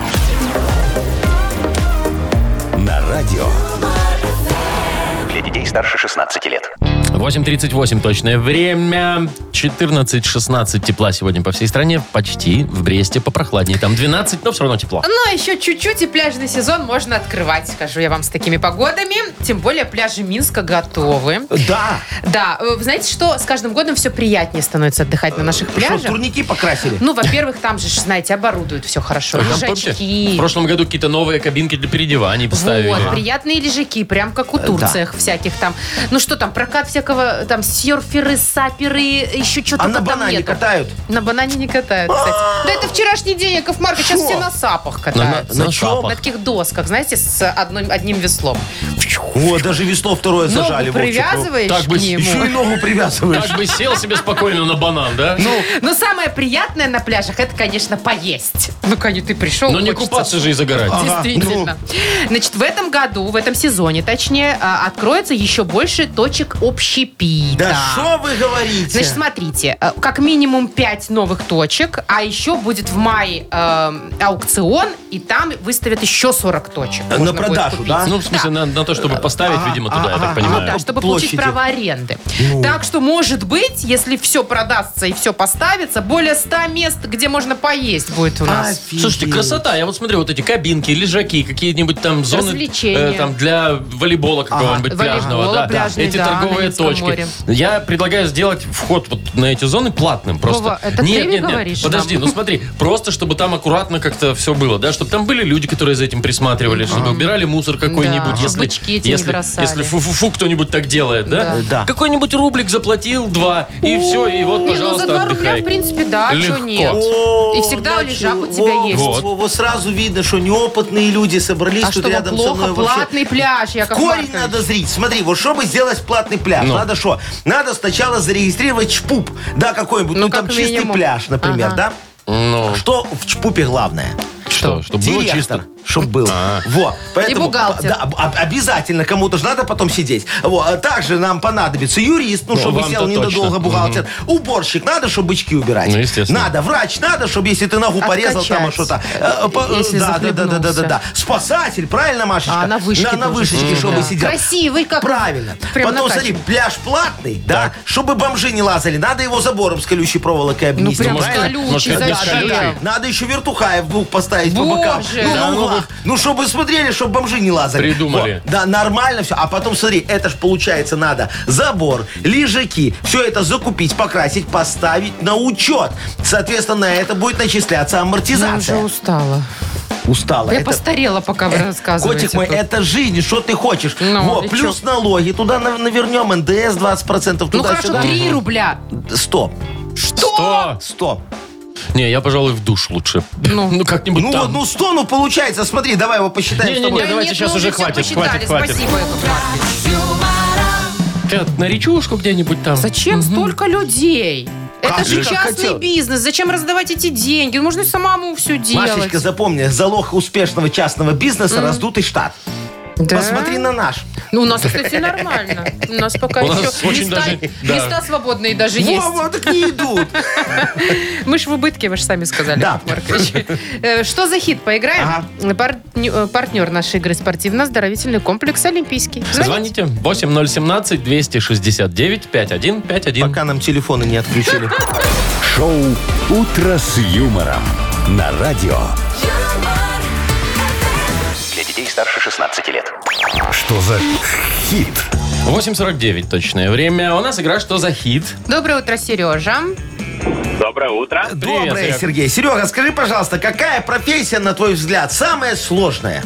На радио.
Для детей старше шестнадцати лет.
восемь тридцать восемь точное время. четырнадцать шестнадцать тепла сегодня по всей стране. Почти в Бресте попрохладнее. Там двенадцать, но все равно тепло.
Ну, еще чуть-чуть, и пляжный сезон можно открывать, скажу я вам, с такими погодами. Тем более пляжи Минска готовы.
Да.
Да, э, вы знаете, что с каждым годом все приятнее становится отдыхать на наших
Что,
пляжах?
турники покрасили?
Ну, во-первых, там же, знаете, оборудуют все хорошо.
Там, помните,
Лежачки.
в прошлом году какие-то новые кабинки для переодеваний поставили.
Вот, приятные лежаки, прям как у Турциях всяких там. Ну что там, прокат всякого, там, серферы, саперы, еще что-то
А на
там
банане
нету.
катают?
На банане не катают, кстати. Да это вчерашний день, Яков Маркович, сейчас
Шо?
все на сапах
На,
катаются.
на
На чём?
шапах.
На таких досках, знаете, с одной- одним веслом.
О, даже весло второе зажали.
Ногу
Вовчик.
привязываешь
Так бы
к нему.
Еще и ногу привязываешь.
Так бы сел себе спокойно на банан, да? Ну,
Но самое приятное на пляжах, это, конечно, поесть. Ну, конечно, ты пришел.
Но не
хочется.
купаться же и загорать.
Действительно. Значит, в этом году, в этом сезоне, точнее, а, откроется еще больше точек общепита.
Да что вы говорите?
Значит, смотрите, э, как минимум пять новых точек, а еще будет в мае э, аукцион, и там выставят еще сорок точек.
На
Можно будет
продажу,
купить.
да?
Ну, в смысле, на, на то, чтобы поставить,
Ага,
видимо, туда, я
ага,
так понимаю.
Да, чтобы
Площади.
получить право аренды.
Ну.
Так что, может быть, если все продастся и все поставится, более ста мест, где можно поесть, будет у нас.
Офигеть.
Слушайте, красота. Я вот смотрю, вот эти кабинки, лежаки, какие-нибудь там зоны
Развлечения.
э, там для волейбола какого-нибудь
Ага,
пляжного.
волейбола
Да,
пляжный,
эти
да, на
торговые
Минском
точки.
море.
Я предлагаю сделать вход вот на эти зоны платным. Просто.
Вова, это
нет,
ты мне
нет, нет,
говоришь
подожди,
нам?
ну смотри, просто чтобы там аккуратно как-то все было, да, чтобы там были люди, которые за этим присматривали, чтобы убирали мусор какой-нибудь,
Да,
если,
бычки эти не
если,
бросали.
если фу-фу-фу кто-нибудь так делает, да?
Да.
Да.
Какой-нибудь рублик заплатил, два, и все, и вот,
Не, ну,
пожалуйста,
за два рубля,
отдыхай.
в принципе, да,
Легко.
что нет.
О,
И всегда
значит,
лежак у тебя
во,
есть.
Вот.
во, во, сразу видно, что неопытные люди собрались
А
тут
что, вам
рядом со
плохо?
мной. вообще.
Платный пляж, Яков
Корень
Маркович.
надо зрить. Смотри, вот чтобы сделать платный пляж,
Ну.
надо что? Надо сначала зарегистрировать ЧПУП. Да, какой-нибудь, ну,
Ну,
там
как
чистый
минимум.
пляж, например,
Ага.
да?
Ну,
Что в ЧПУПе главное?
что, чтобы было
Директор,
чисто.
чтобы был.
А.
Вот. Поэтому,
бухгалтер.
Да, об- обязательно кому-то же надо потом сидеть. Вот. А также нам понадобится юрист, ну,
Ну,
чтобы
вам-то
сел ненадолго
точно.
бухгалтер. Уборщик надо, чтобы бычки убирать.
Ну, естественно.
Надо. Врач надо, чтобы если ты ногу порезал, там а
Откачать,
что-то. э, по-
если
да, да, да, да, да, да,
захлебнулся.
да. Спасатель, правильно, Машечка?
А, на вышке
На, на
тоже.
вышечке, чтобы
Да.
сидел.
Красивый, как
Правильно.
прям
Потом,
накачан.
смотри, пляж платный, да, чтобы бомжи не лазали. Надо его забором с колючей проволокой
Ну,
обнести.
прям
может,
правильно?
может,
колючий,
как без
зачем?
колючей?
Надо еще вертухаев двух поставить по бокам.
Боже.
Ну,
Да,
на
ну
углах. Ну, чтобы смотрели, чтобы бомжи не лазали.
Придумали.
Вот. Да, нормально все. А потом, смотри, это ж получается надо забор, лежаки, все это закупить, покрасить, поставить на учет. Соответственно, на это будет начисляться
Я уже
амортизация.
устала.
Устала.
Я
Это-
постарела, пока вы рассказываете.
Котик мой,
тут.
это жизнь, что ты хочешь?
Ну,
вот,
и
плюс налоги, туда на- навернем эн дэ эс двадцать процентов,
Ну, хорошо,
туда-сюда.
три рубля.
Сто.
Что?
Сто.
Не, я, пожалуй, в душ лучше.
Ну.
Ну, как-нибудь
Ну, вот,
там.
ну сто, ну получается, смотри, давай его посчитаем с
Не-не-не,
тобой.
Да
давайте
нет,
сейчас
мы
уже
уже всё
хватит,
посчитали.
хватит, хватит.
Спасибо, Яков Маркович.
Э, На речушку где-нибудь там.
Зачем столько людей?
Как
Это же
же, как
частный
хотел.
бизнес. Зачем раздавать эти деньги? Можно самому все делать.
Машечка, запомни, залог успешного частного бизнеса раздутый штат.
Да?
Посмотри на наш.
Ну, у нас, кстати, нормально. У нас пока
У нас
еще
очень
места,
даже- да.
места свободные даже есть.
Во, вот так не идут.
Мы ж в убытке, вы же сами сказали,
Да.
Яков Маркович. Э, Что за хит? Поиграем? Партню- э, Партнер нашей игры спортивно-оздоровительный комплекс «Олимпийский». Звоните.
Звоните восемь ноль семнадцать двести шестьдесят девять пятьдесят один пятьдесят один.
Пока нам телефоны не отключили.
Шоу «Утро с юмором» на радио.
Для детей старше шестнадцати лет.
Что за хит?
восемь сорок девять точное время. У нас игра «Что за хит?».
Доброе утро, Сережа.
Доброе утро.
Доброе,
Серега.
Сергей. Серега, скажи, пожалуйста, какая профессия, на твой взгляд, самая сложная?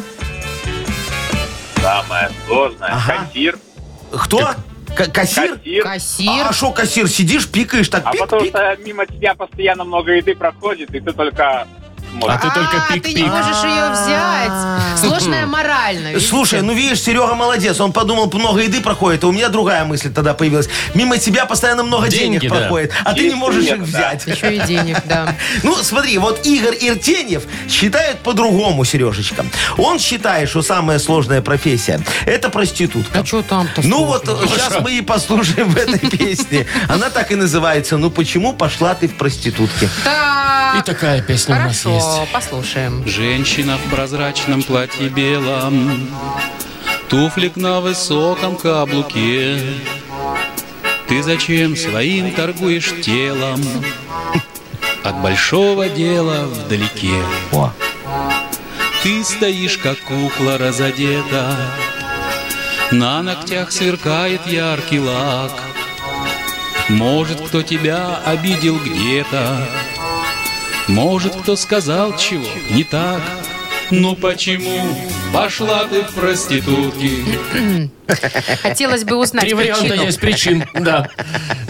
Самое сложное.
Ага.
Кассир.
Кто? К- Кассир?
Кассир.
Кассир.
А что кассир? Сидишь, пикаешь, так
А потому
пик-пик.
что мимо тебя постоянно много еды проходит, и ты только
А ты только
А, ты не
пик-пик.
можешь ее взять. Сложная морально. видите?
Слушай, ну видишь, Серега молодец. Он подумал, много еды проходит, а у меня другая мысль тогда появилась. Мимо тебя постоянно много
Деньги,
денег
да.
проходит, а ты не
Денег
можешь
нет,
их
да.
взять.
Еще и денег, да.
Ну, смотри, вот Игорь Иртеньев считает по-другому, Сережечка. Он считает, что самая сложная профессия – это проститутка.
А что там-то?
Ну
сложного?
вот сейчас мы и послушаем в этой песне. Она так и называется «Ну почему пошла ты в проститутки?»
Так.
И такая песня у нас
Хорошо,
есть.
послушаем.
Женщина в прозрачном платье белом, туфлик на высоком каблуке. Ты зачем своим торгуешь телом? От большого дела вдалеке.
О.
Ты стоишь, как кукла разодета, на ногтях сверкает яркий лак. Может, кто тебя обидел где-то, может, кто сказал чего не так. Ну почему пошла ты в проститутки?
Хотелось бы узнать
Три варианта
причину.
есть причин, да.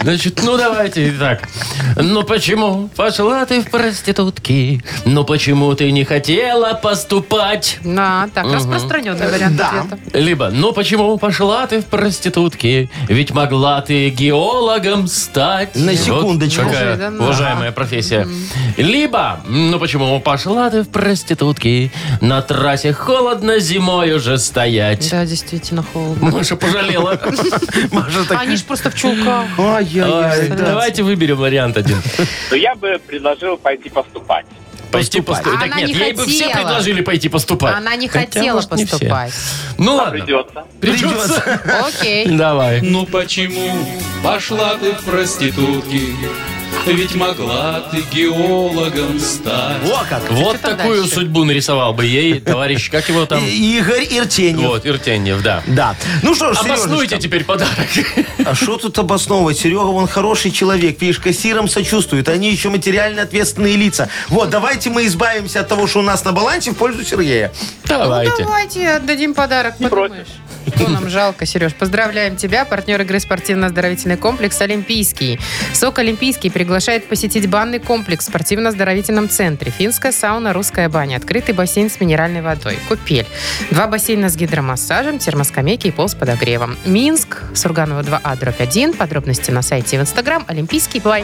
Значит, ну давайте так. Ну почему пошла ты в проститутки? Ну почему ты не хотела поступать?
На, так, распространенный вариант
Да.
ответа.
Либо, ну почему пошла ты в проститутки? Ведь могла ты геологом стать.
На секундочку.
Вот какая
Неожиданно.
уважаемая профессия. Либо, ну почему пошла ты в проститутки? На трассе холодно зимой уже стоять.
Да, действительно холодно.
Маша пожалела.
Маша так...
Они ж просто в чулках.
Ай-яй-яй,
Ой,
да.
Давайте выберем вариант один.
Но я бы предложил пойти поступать.
Пойти
Поступать.
поступать.
Она
Так нет,
не
ей бы все
хотела.
предложили пойти поступать.
Она не
Хотя,
хотела
может, не все.
поступать.
Ну ладно.
Придется.
Придется.
Окей.
Давай.
Ну почему пошла ты в проститутки? Ведь могла ты геологом стать.
Во как.
Вот
Что там
такую
дальше?
судьбу нарисовал бы ей товарищ, как его там?
И- Игорь Иртеньев.
Вот, Иртеньев, да.
Да. Ну что ж,
Обоснуйте
Сережечка,
теперь подарок.
а что тут обосновывать? Серега, он хороший человек. Видишь, кассирам сочувствует. Они еще материально ответственные лица. Вот, давайте мы избавимся от того, что у нас на балансе в пользу Сергея.
Давайте.
Ну, давайте отдадим подарок, подумаешь. Что нам жалко, Сереж. Поздравляем тебя. Партнер игры спортивно-оздоровительный комплекс «Олимпийский». СОК «Олимпийский» приглашает посетить банный комплекс в спортивно-оздоровительном центре. Финская сауна, русская баня, открытый бассейн с минеральной водой, купель. Два бассейна с гидромассажем, термоскамейки и пол с подогревом. Минск, Сурганова два А, дробь один. Подробности на сайте и в Инстаграм «Олимпийский бай».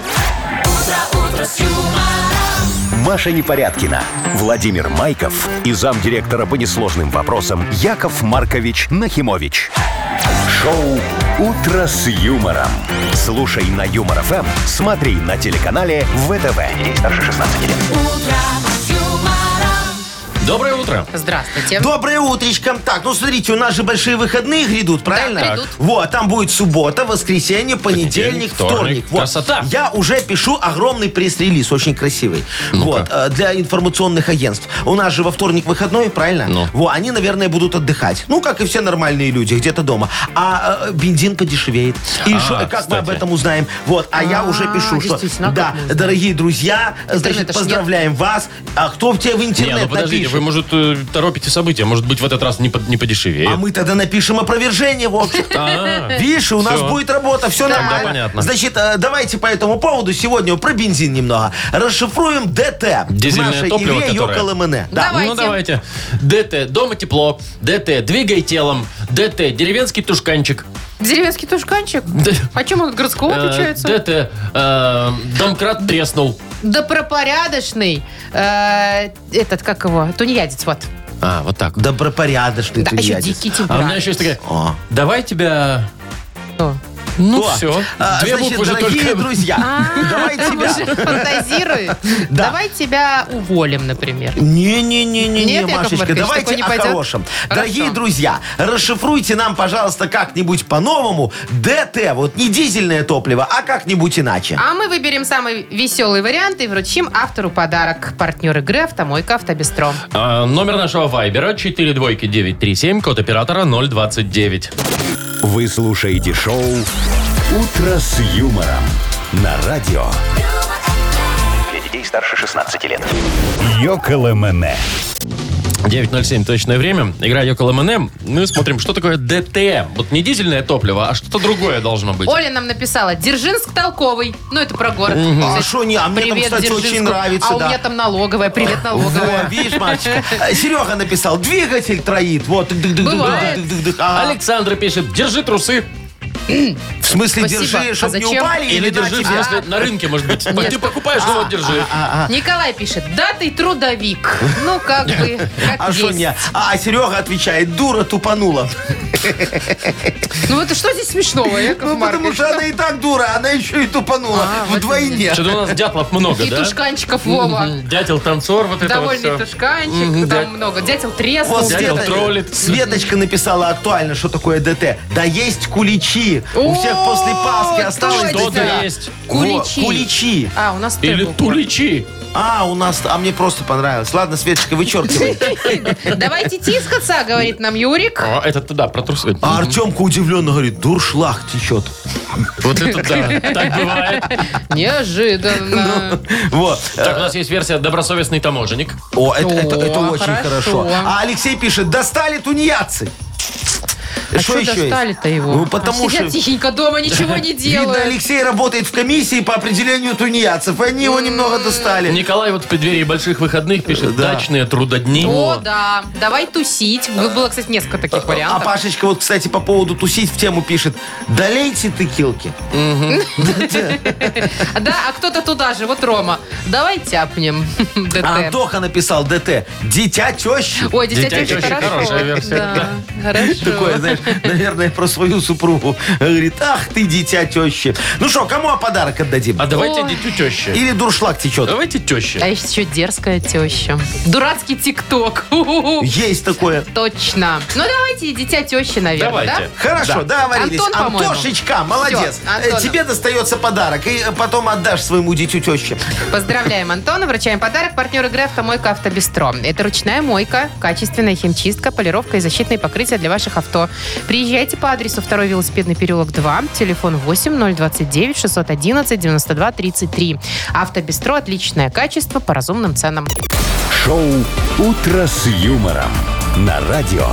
Маша Непорядкина, Владимир Майков и замдиректора по несложным вопросам Яков Маркович Нахимович. Шоу «Утро с юмором». Слушай на Юмор ФМ, смотри на телеканале ВТВ. Ей старше шестнадцати лет.
Доброе утро.
Здравствуйте.
Доброе утречко. Так, ну смотрите, у нас же большие выходные грядут, правильно?
грядут.
Вот, там будет суббота, воскресенье, понедельник,
Понедельник, вторник.
вторник. Вот.
Красота.
Я уже пишу огромный пресс-релиз, очень красивый. Вот, э, для информационных агентств. У нас же во вторник выходной, правильно?
Ну.
Во, они, наверное, будут отдыхать. Ну, как и все нормальные люди, где-то дома. А э, бензин подешевеет. И
А,
шо- как
кстати.
мы об этом узнаем? Вот, а, я
А,
уже пишу, что...
действительно, а как
Да,
мы узнаем?
дорогие друзья, значит,
Интернета ж нет.
поздравляем вас. А кто в тебе в
Не,
интернет
ну подождите,
напишет?
вы, может, э, торопите события. Может быть, в этот раз не, по- не подешевеет.
А мы тогда напишем опровержение, Вовчик.
А,
Видишь, у нас
Всё.
будет работа, все
Тогда
нормально.
понятно.
Значит, э, давайте по этому поводу сегодня про бензин немного. Расшифруем ДТ.
Дизельное
в нашей
топливо,
игре
которое-
Йоколэмэне. Да.
Давайте.
Ну, давайте. ДТ. Дома тепло. ДТ. Двигай телом. ДТ. Деревенский тушканчик.
Деревенский тушканчик?
Д-
А чем он от городского
э,
отличается?
ДТ. э, Домкрат треснул.
Добропорядочный. э, этот, как его? Тунеядец, вот.
А, вот так.
Добропорядочный
Да,
ты
еще
ядец.
дикий
А у меня
темперамент.
еще есть такая...
О.
Давай тебя...
Что?
Ну,
О,
все.
а,
Две
значит,
буквы же
дорогие
только...
друзья, давай
Уже
тебя...
фантазирует.
Да.
Давай тебя уволим, например.
Не-не-не-не,
Нет, Яков
Машечка,
Маркович,
давайте
такой не
о
пойдет?
хорошем.
Хорошо.
Дорогие друзья, расшифруйте нам, пожалуйста, как-нибудь по-новому ДТ. Вот не дизельное топливо, а как-нибудь иначе.
А мы выберем самый веселый вариант и вручим автору подарок. Партнер игры «Автомойка Автобестро».
А, номер нашего вайбера четыре двойки девять три семь, код оператора ноль двадцать девять.
Вы слушаете шоу «Утро с юмором» на радио
Для детей старше шестнадцати лет.
Йоколэмэне.
девять ноль семь точное время. Игра Йоколэмэне. Мы смотрим, что такое ДТ. Вот не дизельное топливо, а что-то другое должно быть.
Оля нам написала: Дзержинск толковый. Ну, это про город.
А
Кстати,
что не? А мне там,
привет,
кстати, очень
Дзержинску.
нравится,
А у
да.
меня там налоговая. Привет, налоговая.
Вот, видишь, Машечка. Э, Серега написал, двигатель троит. Вот.
Бывает.
Дык-дык-дык-дык-дык. Ага.
Александра пишет, держи трусы.
В смысле,
Спасибо.
держи,
А
чтобы не
зачем?
упали.
Или
на
держи,
тебя?
если на рынке, может быть. Ты покупаешь, ну вот держи.
Николай пишет: да ты трудовик. Ну, как бы, как
А что
есть.
не? А Серега отвечает, дура тупанула.
Ну, это что здесь смешного, Яков
Ну, потому
Маркович?
что она и так дура, она еще и тупанула.
А, вот
Вдвойне.
Что-то у нас дятлов много,
И
да?
тушканчиков, Вова.
Мгм. Дятел-танцор, вот это вот
Довольный
все.
тушканчик,
Мгм,
там
дя-
много. Дятел треснул.
Вот
Дятел
Света-
троллит.
Светочка написала актуально, что такое ДТ. Да есть куличи. У всех
О,
после Пасхи осталось
точно.
ДТ.
Что-то есть.
Куличи.
Вот, куличи.
А, у нас Т
Или
буква.
туличи.
А, у нас... А мне просто понравилось. Ладно, Светочка, вычеркивай.
Давайте тискаться, говорит нам Юрик.
А, это туда, про трусы.
А Артемка удивленно говорит, дуршлаг течет.
Вот это да, так бывает.
Неожиданно.
Вот.
Так, у нас есть версия «Добросовестный таможенник».
О, это, это- это
О,
очень
хорошо.
хорошо. А Алексей пишет, достали тунеядцы.
А
Что
что
еще
достали-то
есть?
его?
Ну, потому
Сидят
что...
тихенько дома, ничего не
Видно,
делают.
Алексей работает в комиссии по определению тунеядцев. и Они его немного достали.
Николай вот в преддверии больших выходных пишет
Да.
дачные трудодни.
О, да. Давай тусить. Было, кстати, несколько таких
А
вариантов.
Пашечка вот, кстати, по поводу тусить в тему пишет. Долейте тыкилки.
Да, а кто-то туда же, вот Рома. Давай тяпнем. ДТ.
А Антоха написал ДТ. Дитя тещи.
Ой, дитя
Дитя
тещи,
тещи
хорошо.
хорошая версия,
Да, хорошо.
Такое, знаешь, наверное, про свою супругу. Говорит, ах ты, дитя тещи. Ну что, кому а подарок отдадим?
А давайте
Ой.
дитю тещи.
Или дуршлаг течет?
Давайте тещи.
А еще дерзкая теща. Дурацкий тикток. У-у-у.
Есть такое.
Точно. Ну, давайте дитя тещи, наверное,
Давайте.
Хорошо,
Да.
договорились.
Антон, по-моему.
Антошечка, молодец.
Всё, Антону.
Э, Тебе достается подарок. И потом отдашь своему дитю теще.
да? Поздравляем Антона, вручаем подарок. Партнер игры «Автомойка Автобестро». Это ручная мойка, качественная химчистка, полировка и защитные покрытия для ваших авто. Приезжайте по адресу второй велосипедный переулок два, телефон восемь ноль двадцать девять шестьсот одиннадцать девяносто два тридцать три. «Автобестро» – отличное качество по разумным ценам.
Шоу «Утро с юмором» на радио.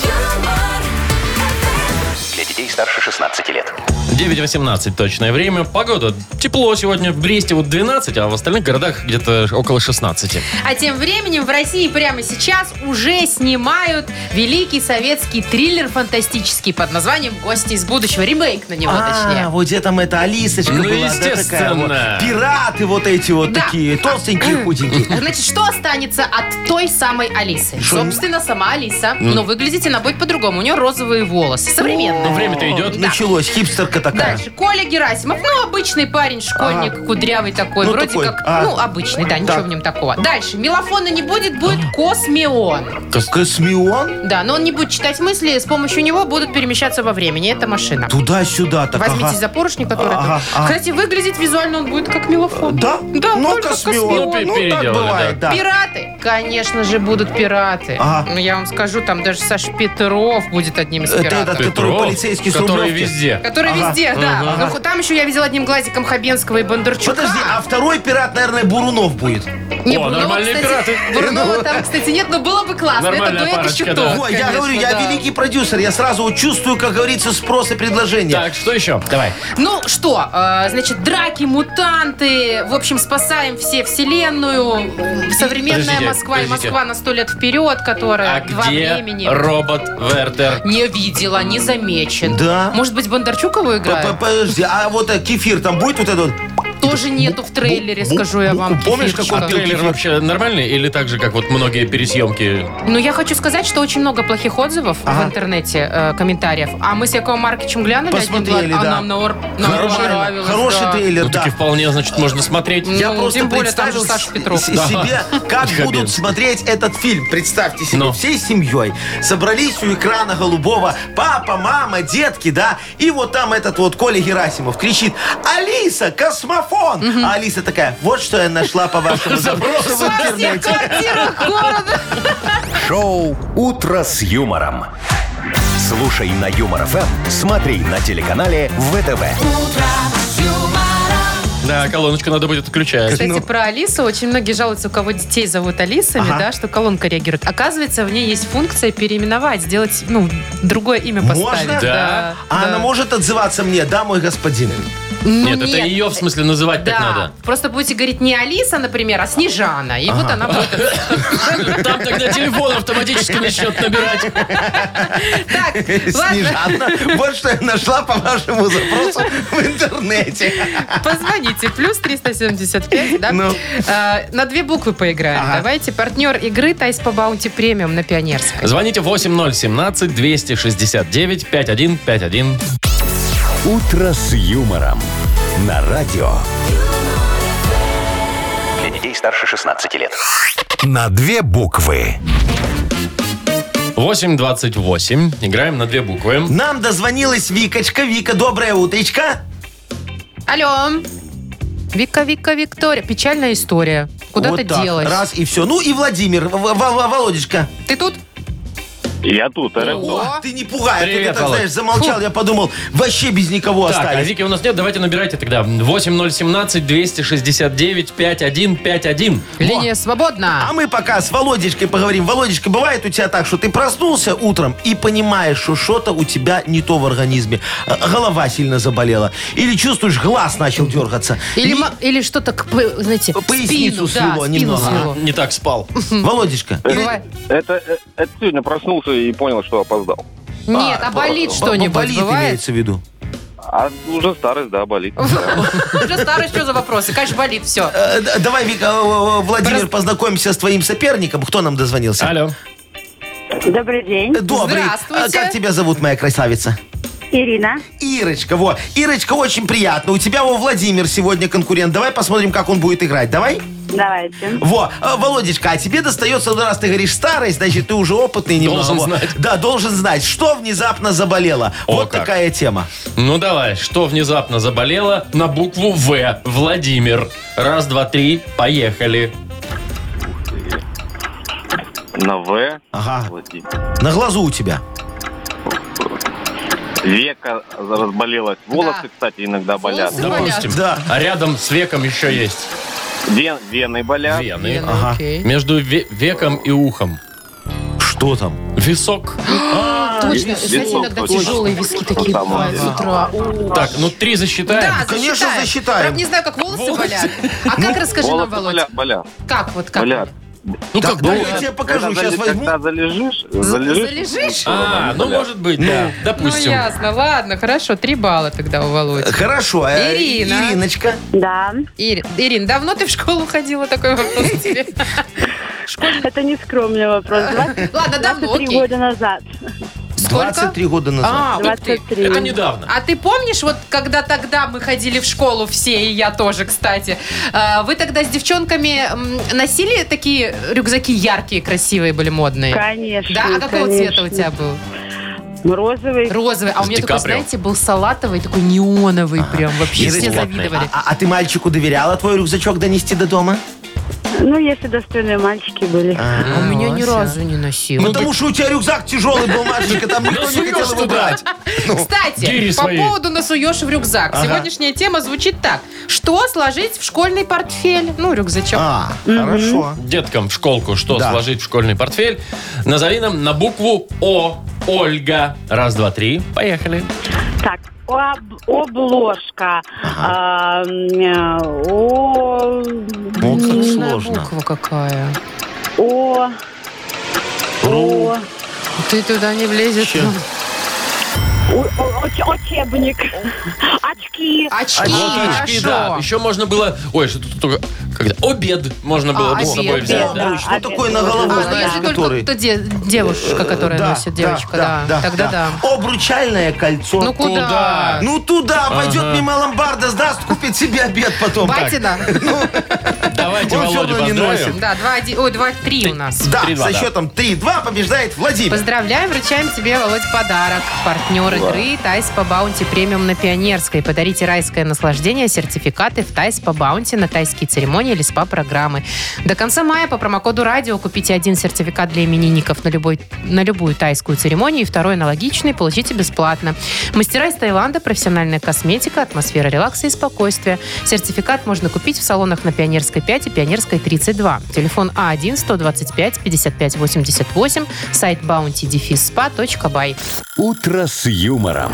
Для детей старше шестнадцати лет.
девять восемнадцать точное время. Погода. Тепло сегодня. В Бресте вот двенадцать, а в остальных городах где-то около шестнадцати.
А тем временем в России прямо сейчас уже снимают великий советский триллер фантастический под названием «Гости из будущего». Ремейк на него,
А,
точнее.
вот где там эта Алисочка
Ну,
была, да, такая вот.
естественно.
Пираты вот эти вот
Да.
такие, толстенькие, худенькие.
Значит, что останется от той самой Алисы?
Шо?
Собственно, сама Алиса. Но выглядит она будет по-другому. У нее розовые волосы. Современные.
Ну, время-то идет.
Началось, хипстерка такая.
Дальше. Коля Герасимов. Ну, обычный парень, школьник, кудрявый такой.
Ну,
Вроде
такой,
как,
а.
ну, обычный, да, ничего
Так.
в нем такого. Дальше. Мелофона не будет, будет Космион.
Космион?
Да, но он не будет читать мысли, с помощью него будут перемещаться во времени. Это машина.
Туда-сюда, так
Возьмите
ага.
за поручни, который
Ага,
тут.
ага.
Кстати, выглядит визуально он будет как мелофон.
Да?
Да,
ну,
только
Космион.
Космион.
Ну, так
Переделали,
бывает, да.
Пираты? Конечно же, будут пираты.
Ага.
Ну, я вам скажу, там даже Саша Петров будет одним из
Это
пиратов.
этот, который
Петров,
полицейский с
который
Рублевки.
везде.
Который
Ага.
везде, да. Ну, там еще я видела одним глазиком Хабенского и Бондарчука.
Подожди, а второй пират, наверное, Бурунов будет.
Не,
О,
Бурунова,
нормальные
кстати,
пираты.
Бурунова там, кстати, нет, но было бы классно. Это
Нормальная
дуэт
парочка,
еще
да.
тот,
Ой, я
конечно,
говорю, я
да.
великий продюсер. Я сразу вот чувствую, как говорится, спрос и предложение.
Так, что еще? Давай.
Ну что, э, значит, драки, мутанты, в общем, спасаем все вселенную, современная
Подождите,
Москва и
подождите.
Москва на сто лет вперед, которая
А
два
где
времени.
робот Вертер?
Не видела, не замечен.
Да.
Может быть, Бондарчук его
П-
играет?
Подожди, а вот э, кефир там будет вот этот?
Тоже нету в трейлере,
бу-
скажу я
бу-
вам.
помнишь, как
кефирчика.
он
А трейлер вообще нормальный или так же, как вот многие пересъемки?
Ну, я хочу сказать, что очень много плохих отзывов
Ага.
в интернете, э, комментариев. А мы с Яковом Марковичем глянули
Посмотрели,
один, два,
да.
а нам, наор- нам
Нормально.
понравилось.
Хороший
да.
трейлер,
Ну,
да.
таки вполне, значит, можно смотреть.
Я
Ну,
просто
тем более, там
представил
же Саша
с-
Петров.
с-
Да.
себе, как
Хабенский.
будут смотреть этот фильм. Представьте себе,
Ну.
всей семьей собрались у экрана голубого папа, мама, детки, да, и вот там этот вот Коля Герасимов кричит: «Алиса, космофон!» А Алиса такая: «Вот что я нашла по вашему запросу в
Во всех
интернете».
квартирах города.
Шоу «Утро с юмором». Слушай на Юмор ФМ, смотри на телеканале ВТВ.
Да, колоночку надо будет отключать.
Кстати,
Ну.
про Алису. Очень многие жалуются, у кого детей зовут Алисами,
Ага.
да, что колонка реагирует. Оказывается, в ней есть функция переименовать, сделать, ну, другое имя поставить.
Можно?
Да.
А
да.
она может отзываться мне: «Да, мой господин».
Ну,
Нет, это ее, в смысле, называть так
Да,
надо.
просто будете говорить не Алиса, например, а Снежана. И вот она будет...
Там тогда телефон автоматически начнет набирать.
Так, ладно,
Снежана. Вот что я нашла по вашему запросу в интернете.
позвоните. Плюс триста семьдесят пять, да?
Ну.
А, на две буквы поиграем.
Ага.
Давайте. Партнер игры Тайс по Баунти Премиум на Пионерской.
Звоните восемь ноль один семь двести шестьдесят девять пятьдесят один пятьдесят один.
«Утро с юмором» на радио.
Для детей старше шестнадцати лет.
На две буквы.
восемь двадцать восемь. Играем на две буквы.
Нам дозвонилась Викочка. Вика, доброе утречко.
Алло. Вика, Вика, Виктория. Печальная история. Куда
Вот
ты
так,
делась?
раз и все. Ну и Владимир, В- В- В- Володечка.
Ты тут?
Я тут, РФ.
О,
Ты не пугай, а то
Привет,
ты так,
Володь.
знаешь, замолчал. Я подумал, вообще без никого
Так, а
остались.
Вики у нас нет, давайте набирайте тогда. восемь ноль семнадцать двести шестьдесят девять пятьдесят один пятьдесят один.
линия свободна.
А мы пока с Володечкой поговорим. Володечка, бывает у тебя так, что ты проснулся утром и понимаешь, что что-то у тебя не то в организме. Э, Голова сильно заболела. Или чувствуешь, глаз начал дергаться.
Или,
И-
ма- или что-то, к п- знаете,
Поясницу
спину, да,
свело
спину
немного.
свело.
Не так спал.
Володечка, или-
Бывает.
Это, э, это сегодня проснулся и понял, что опоздал.
Нет, а болит
б-
что-нибудь,
болит,
бывает?
имеется в виду.
А уже старость, да, болит.
Уже старый, что за вопросы? Конечно, болит, все.
Э, д- Давай, Вика, э, Владимир, познакомимся с твоим соперником. Кто нам дозвонился?
Алло.
Добрый день,
Э, Добрый.
Здравствуйте.
А как тебя зовут, моя красавица?
Ирина.
Ирочка, во. Ирочка, очень приятно. У тебя, во, Владимир сегодня конкурент. Давай посмотрим, как он будет играть. Давай?
Давайте.
Во, э, Володечка, а тебе достается, ну, раз ты говоришь старость, значит, ты уже опытный немного.
Должен
Во.
знать.
Да, должен знать, что внезапно заболело.
О,
вот
как.
такая тема.
Ну давай, что внезапно заболело на букву В? Владимир. Раз, два, три, поехали.
На В.
Ага.
Владимир.
На глазу у тебя.
Века разболелась. Волосы,
Да.
кстати, иногда болят.
Волосы болят.
Допустим.
Да.
А рядом с веком еще есть
Вен, вены болят.
вены.
Вены,
Ага.
окей.
Между ве- веком и ухом.
Что там?
Висок.
Точно,
Висок,
знаете, иногда
точно.
тяжелые виски такие
Там,
бывают с
да.
утра. О.
Так, ну три засчитаем.
Да,
Конечно,
засчитаем.
засчитаем.
Правда, не знаю, как волосы,
Волосы.
болят. А как, расскажи нам,
Волосы
Володь?
болят, болят.
Как вот, как?
Болят.
Ну
Так,
как
ну,
болят?
я тебе покажу,
Когда
сейчас
зали-
возьму.
Когда залежишь,
З-
залежишь.
Залежишь?
А, ну может быть, да.
Ну,
Допустим.
ясно. Ладно, хорошо. Три балла тогда у Володи.
Хорошо. э,
Ирина.
Ириночка.
Да.
Ир- Ирин, давно ты в школу ходила? Такой вопрос тебе. Школьный.
Это не скромный вопрос. двадцать
Ладно, давно,
двадцать три
окей.
года назад.
Сколько?
двадцать три года назад.
А, ух ты.
двадцать три.
Это недавно.
А ты помнишь, вот когда тогда мы ходили в школу все, и я тоже, кстати, э, вы тогда с девчонками м, носили такие рюкзаки яркие, красивые, были модные?
Конечно.
Да? А какого
конечно.
цвета у тебя был?
Розовый.
Розовый. А у
С
меня
Ди
такой,
Каприо.
знаете, был салатовый, такой неоновый прям. Вообще все
Ирочка,
завидовали.
А, а ты мальчику доверяла твой рюкзачок донести до дома?
Ну, если достойные мальчики были.
А у меня ни
всё.
разу не носил.
Ну,
Потому что у тебя рюкзак тяжелый был, Машечка, там никто не
Насуешь
хотел его
туда.
брать.
Кстати,
гири
по
свои.
поводу насуешь в рюкзак. Сегодняшняя тема звучит так. Что сложить в школьный портфель? Ну, рюкзачок.
А, хорошо.
Деткам в школку что
Да.
сложить в школьный портфель? Назови нам на букву О. Ольга. Раз, два, три. Поехали.
Так, об- обложка. А, м, о,
О, как
Длинная
сложно.
буква какая.
о, о,
Ты туда не влезешь.
Че?
о- о- оч- учебник. Очки.
Очки,
Вот очки, да.
хорошо.
Еще можно было... Ой, что тут только... Когда? Обед можно было
А,
бы с собой
обед,
взять.
да.
Да.
Что такое на голову,
А, ну
знаешь,
если только
который...
кто де- девушка, которая
Да,
носит девочка, да, тогда да.
Обручальное кольцо.
Ну куда?
Ну туда, пойдет
Ага.
мимо ломбарда, сдаст, купит себе обед потом.
Батина?
Давайте
Он всё
Володю
равно не
поздравим.
носит.
Да, два, один, ой, два, три у нас.
Да,
три-два,
со
да.
счетом три-два побеждает Владимир.
Поздравляем, вручаем тебе, Володь, подарок. Партнер игры Тайс по Баунти премиум на Пионерской. Подарите райское наслаждение, сертификаты в Тайс по Баунти на тайские церемонии или СПА-программы. До конца мая по промокоду радио купите один сертификат для именинников на, любой, на любую тайскую церемонию и второй аналогичный получите бесплатно. Мастера из Таиланда, профессиональная косметика, атмосфера релакса и спокойствия. Сертификат можно купить в салонах на Пионерской пять и Пионерской тридцать два. Телефон А один сто двадцать пять пятьдесят пять восемьдесят восемь, сайт баунти дефис спа точка бай.
«Утро с юмором».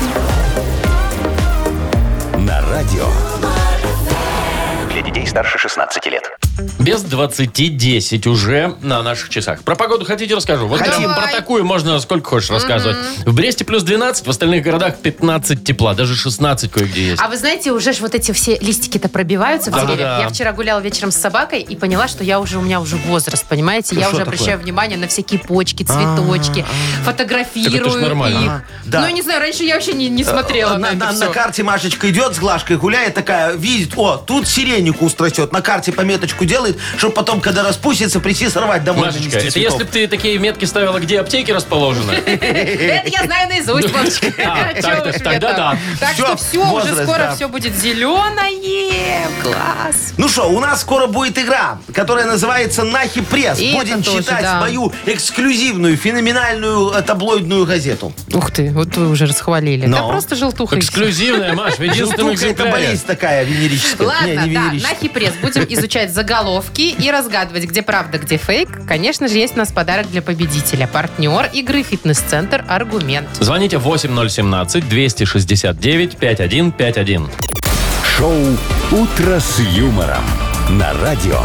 На радио.
Для детей старше шестнадцати лет.
Без двадцати десять уже на наших часах. Про погоду хотите расскажу? Вот
Хотим.
прям про такую можно сколько хочешь рассказывать. В Бресте плюс двенадцать, в остальных городах пятнадцать тепла, даже шестнадцать кое-где есть.
А вы знаете, уже ж вот эти все листики-то пробиваются в
Да,
деревьях.
да.
Я вчера гуляла вечером с собакой и поняла, что я уже, у меня уже возраст, понимаете?
Ну,
Я
что
уже
такое?
обращаю внимание на всякие почки, цветочки, фотографирую
Так это ж нормально.
их.
Ага, да.
Ну, я не знаю, раньше я вообще не, не смотрела на,
на,
это
на-
все.
на карте Машечка идет с Глашкой, гуляет такая, видит, о, тут сиренику устрасет. На карте пометочку метку делает, чтобы потом, когда распустится, прийти сорвать домой.
Машечка, это если бы ты такие метки ставила, где аптеки расположены.
Это я знаю наизусть, Вовчик.
А,
Чего
так-
уж
так-
мне
тогда
там.
да.
Так
Всё,
что все, уже
возраст,
скоро
да.
все будет зеленое. Класс.
Ну что, у нас скоро будет игра, которая называется «Нахи пресс».
И
Будем
это тоже,
читать
да.
свою эксклюзивную, феноменальную э, таблоидную газету.
Ух ты, вот вы уже расхвалили.
Но.
Да просто желтуха. и всё.
Эксклюзивная, Маш, в единственном
Желтуха — это
экземпляре.
болезнь такая венерическая.
Ладно,
Не, не
да,
венерическая.
на хипресс будем изучать заголовки и разгадывать, где правда, где фейк. Конечно же, есть у нас подарок для победителя. Партнер игры «Фитнес-центр Аргумент».
Звоните восемь ноль семнадцать двести шестьдесят девять пятьдесят один пятьдесят один.
Шоу «Утро с юмором» на радио.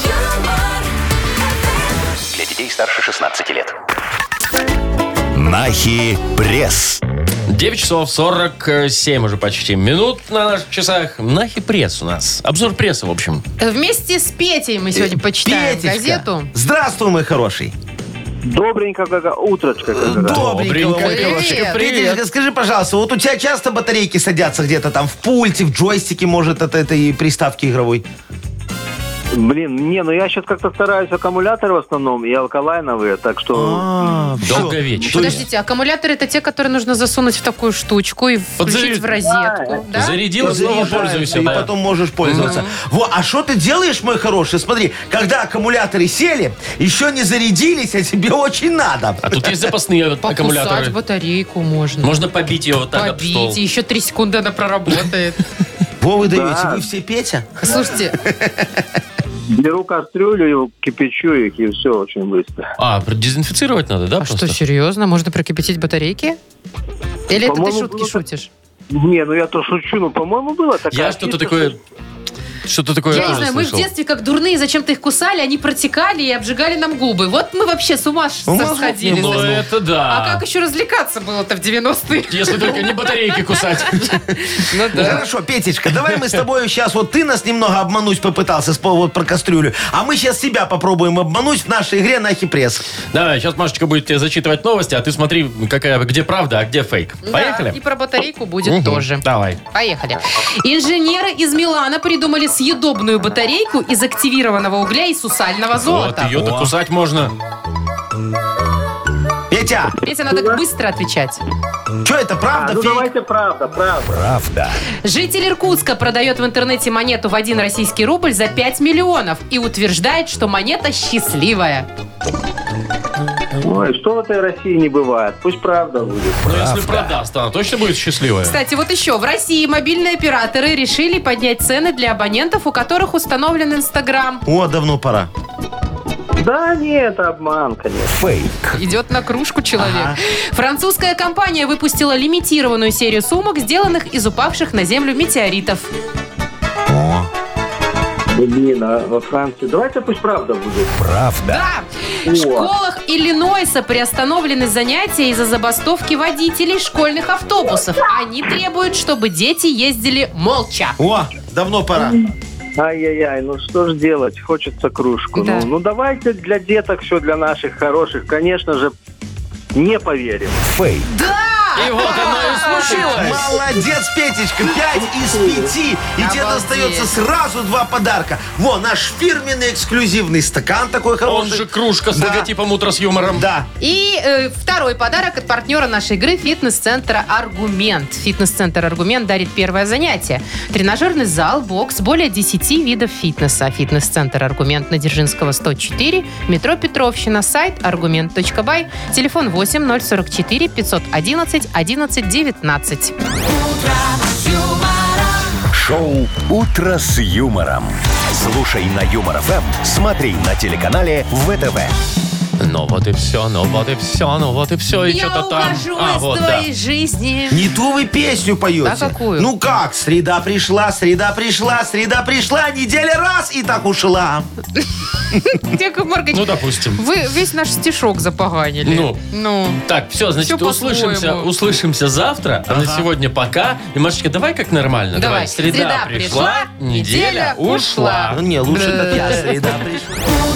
Для детей старше шестнадцати лет.
Нахи пресс.
девять часов сорок семь уже почти минут на наших часах. Нахи пресс у нас. Обзор прессы, в общем.
Вместе с Петей мы сегодня почитаем
Петечка,
газету.
здравствуй, мой хороший.
Добренько, как утрочка. Как
Добренького, мой
Привет.
хороший.
Привет.
Петечка, скажи, пожалуйста, вот у тебя часто батарейки садятся где-то там в пульте, в джойстике, может, от этой приставки игровой?
Блин, не, ну я сейчас как-то стараюсь аккумуляторы в основном и алкалайновые, так что...
А, всё.
Долговечно.
То есть-
Подождите, аккумуляторы это те, которые нужно засунуть в такую штучку и включить
Подзаряд-
в розетку. Да?
Зарядил, снова
Заряжаешься,
пользуйся.
и
да.
потом можешь пользоваться. Во, а что ты делаешь, мой хороший? Смотри, когда аккумуляторы сели, еще не зарядились, а тебе очень надо.
А тут есть запасные вот
Покусать
аккумуляторы.
батарейку можно.
Можно побить ее вот так об стол.
Побить, и еще три секунды она проработает.
Во, вы даете,
Да.
вы все Петя?
Слушайте,
Беру кастрюлю, кипячу их, и все очень быстро.
А, дезинфицировать надо, да,
а
просто?
что, серьезно? Можно прокипятить батарейки? Или это ты
По-моему,
шутки
было так.
шутишь?
Не, ну я то шучу, ну, по-моему, было такая...
Я что-то
фишка,
такое...
что-
Что-то такое
Я не
тоже
знаю, мы в
слышал.
детстве как дурные, зачем-то их кусали, они протекали и обжигали нам губы. Вот мы вообще с ума
Ну,
с- сходили.
Ну,
Слушай.
это да.
А как еще развлекаться было-то в девяностые?
Если только не батарейки кусать.
Ну
Ну, хорошо, Петечка, давай мы с тобой сейчас, вот ты нас немного обмануть попытался с по- вот про кастрюлю, а мы сейчас себя попробуем обмануть в нашей игре «Нахи пресс».
Давай, сейчас Машечка будет тебе зачитывать новости, а ты смотри, какая, где правда, а где фейк.
Да,
Поехали?
и про батарейку будет
Мгм.
тоже.
Давай.
Поехали. Инженеры из Милана придумали съедобную батарейку из активированного угля и сусального
Вот,
золота.
ее-то кусать можно.
Петя,
Петя, надо быстро отвечать.
что это,
А,
правда,
ну
фейк?
давайте правда, правда.
Правда.
Житель Иркутска продает в интернете монету в один российский рубль за пять миллионов и утверждает, что монета счастливая.
Ой, что в этой России не бывает. Пусть правда будет.
Ну, если продаст, она точно будет счастливая.
Кстати, вот еще. В России мобильные операторы решили поднять цены для абонентов, у которых установлен Инстаграм.
О, давно пора.
Да нет, это обман, конечно.
Фейк.
Идет на кружку человек.
Ага.
Французская компания выпустила лимитированную серию сумок, сделанных из упавших на землю метеоритов.
О,
Блин, а во Франции... Давайте пусть правда будет.
Правда.
Да! В школах Иллинойса приостановлены занятия из-за забастовки водителей школьных автобусов. Они требуют, чтобы дети ездили молча.
о, давно пора.
Ай-яй-яй, ну что ж делать? Хочется кружку.
Да.
Ну, ну давайте для деток все, для наших хороших, конечно же, не поверим.
Фейк.
И вот оно и случилось.
Молодец, Петечка, пять из пяти. И тебе
Обалдеть.
достается сразу два подарка. Во, наш фирменный эксклюзивный стакан такой
Он
хороший.
же кружка с
Да.
логотипом «Утро с юмором».
Да.
И э, второй подарок от партнера нашей игры — фитнес-центра «Аргумент». Фитнес-центр «Аргумент» дарит первое занятие. Тренажерный зал, бокс, более десяти видов фитнеса. Фитнес-центр «Аргумент» на Дзержинского, сто четыре, метро Петровщина, сайт аргумент точка бай, телефон восемь ноль сорок четыре пятьсот одиннадцать одиннадцать девятнадцать.
Шоу «Утро с юмором». Слушай на Юмор ФМ, смотри на телеканале ВТВ.
Ну вот и все, ну вот и все, ну вот и все, и
Я
что-то там.
ухожу
А,
из
вот, да.
твоей жизни.
Не ту вы песню поете.
А какую?
Ну как? Среда пришла, среда пришла, среда пришла, неделя раз и так ушла.
Яков Маркович,
Ну, допустим.
вы весь наш стишок запоганили.
Ну.
Ну.
Так, все, значит,
Всё
услышимся,
по-своему.
услышимся завтра, а на сегодня пока. И, Машечка, давай как нормально.
Давай.
Среда,
Среда
пришла,
пришла,
неделя
неделя ушла.
ушла.
Ну не, лучше так я. Среда пришла.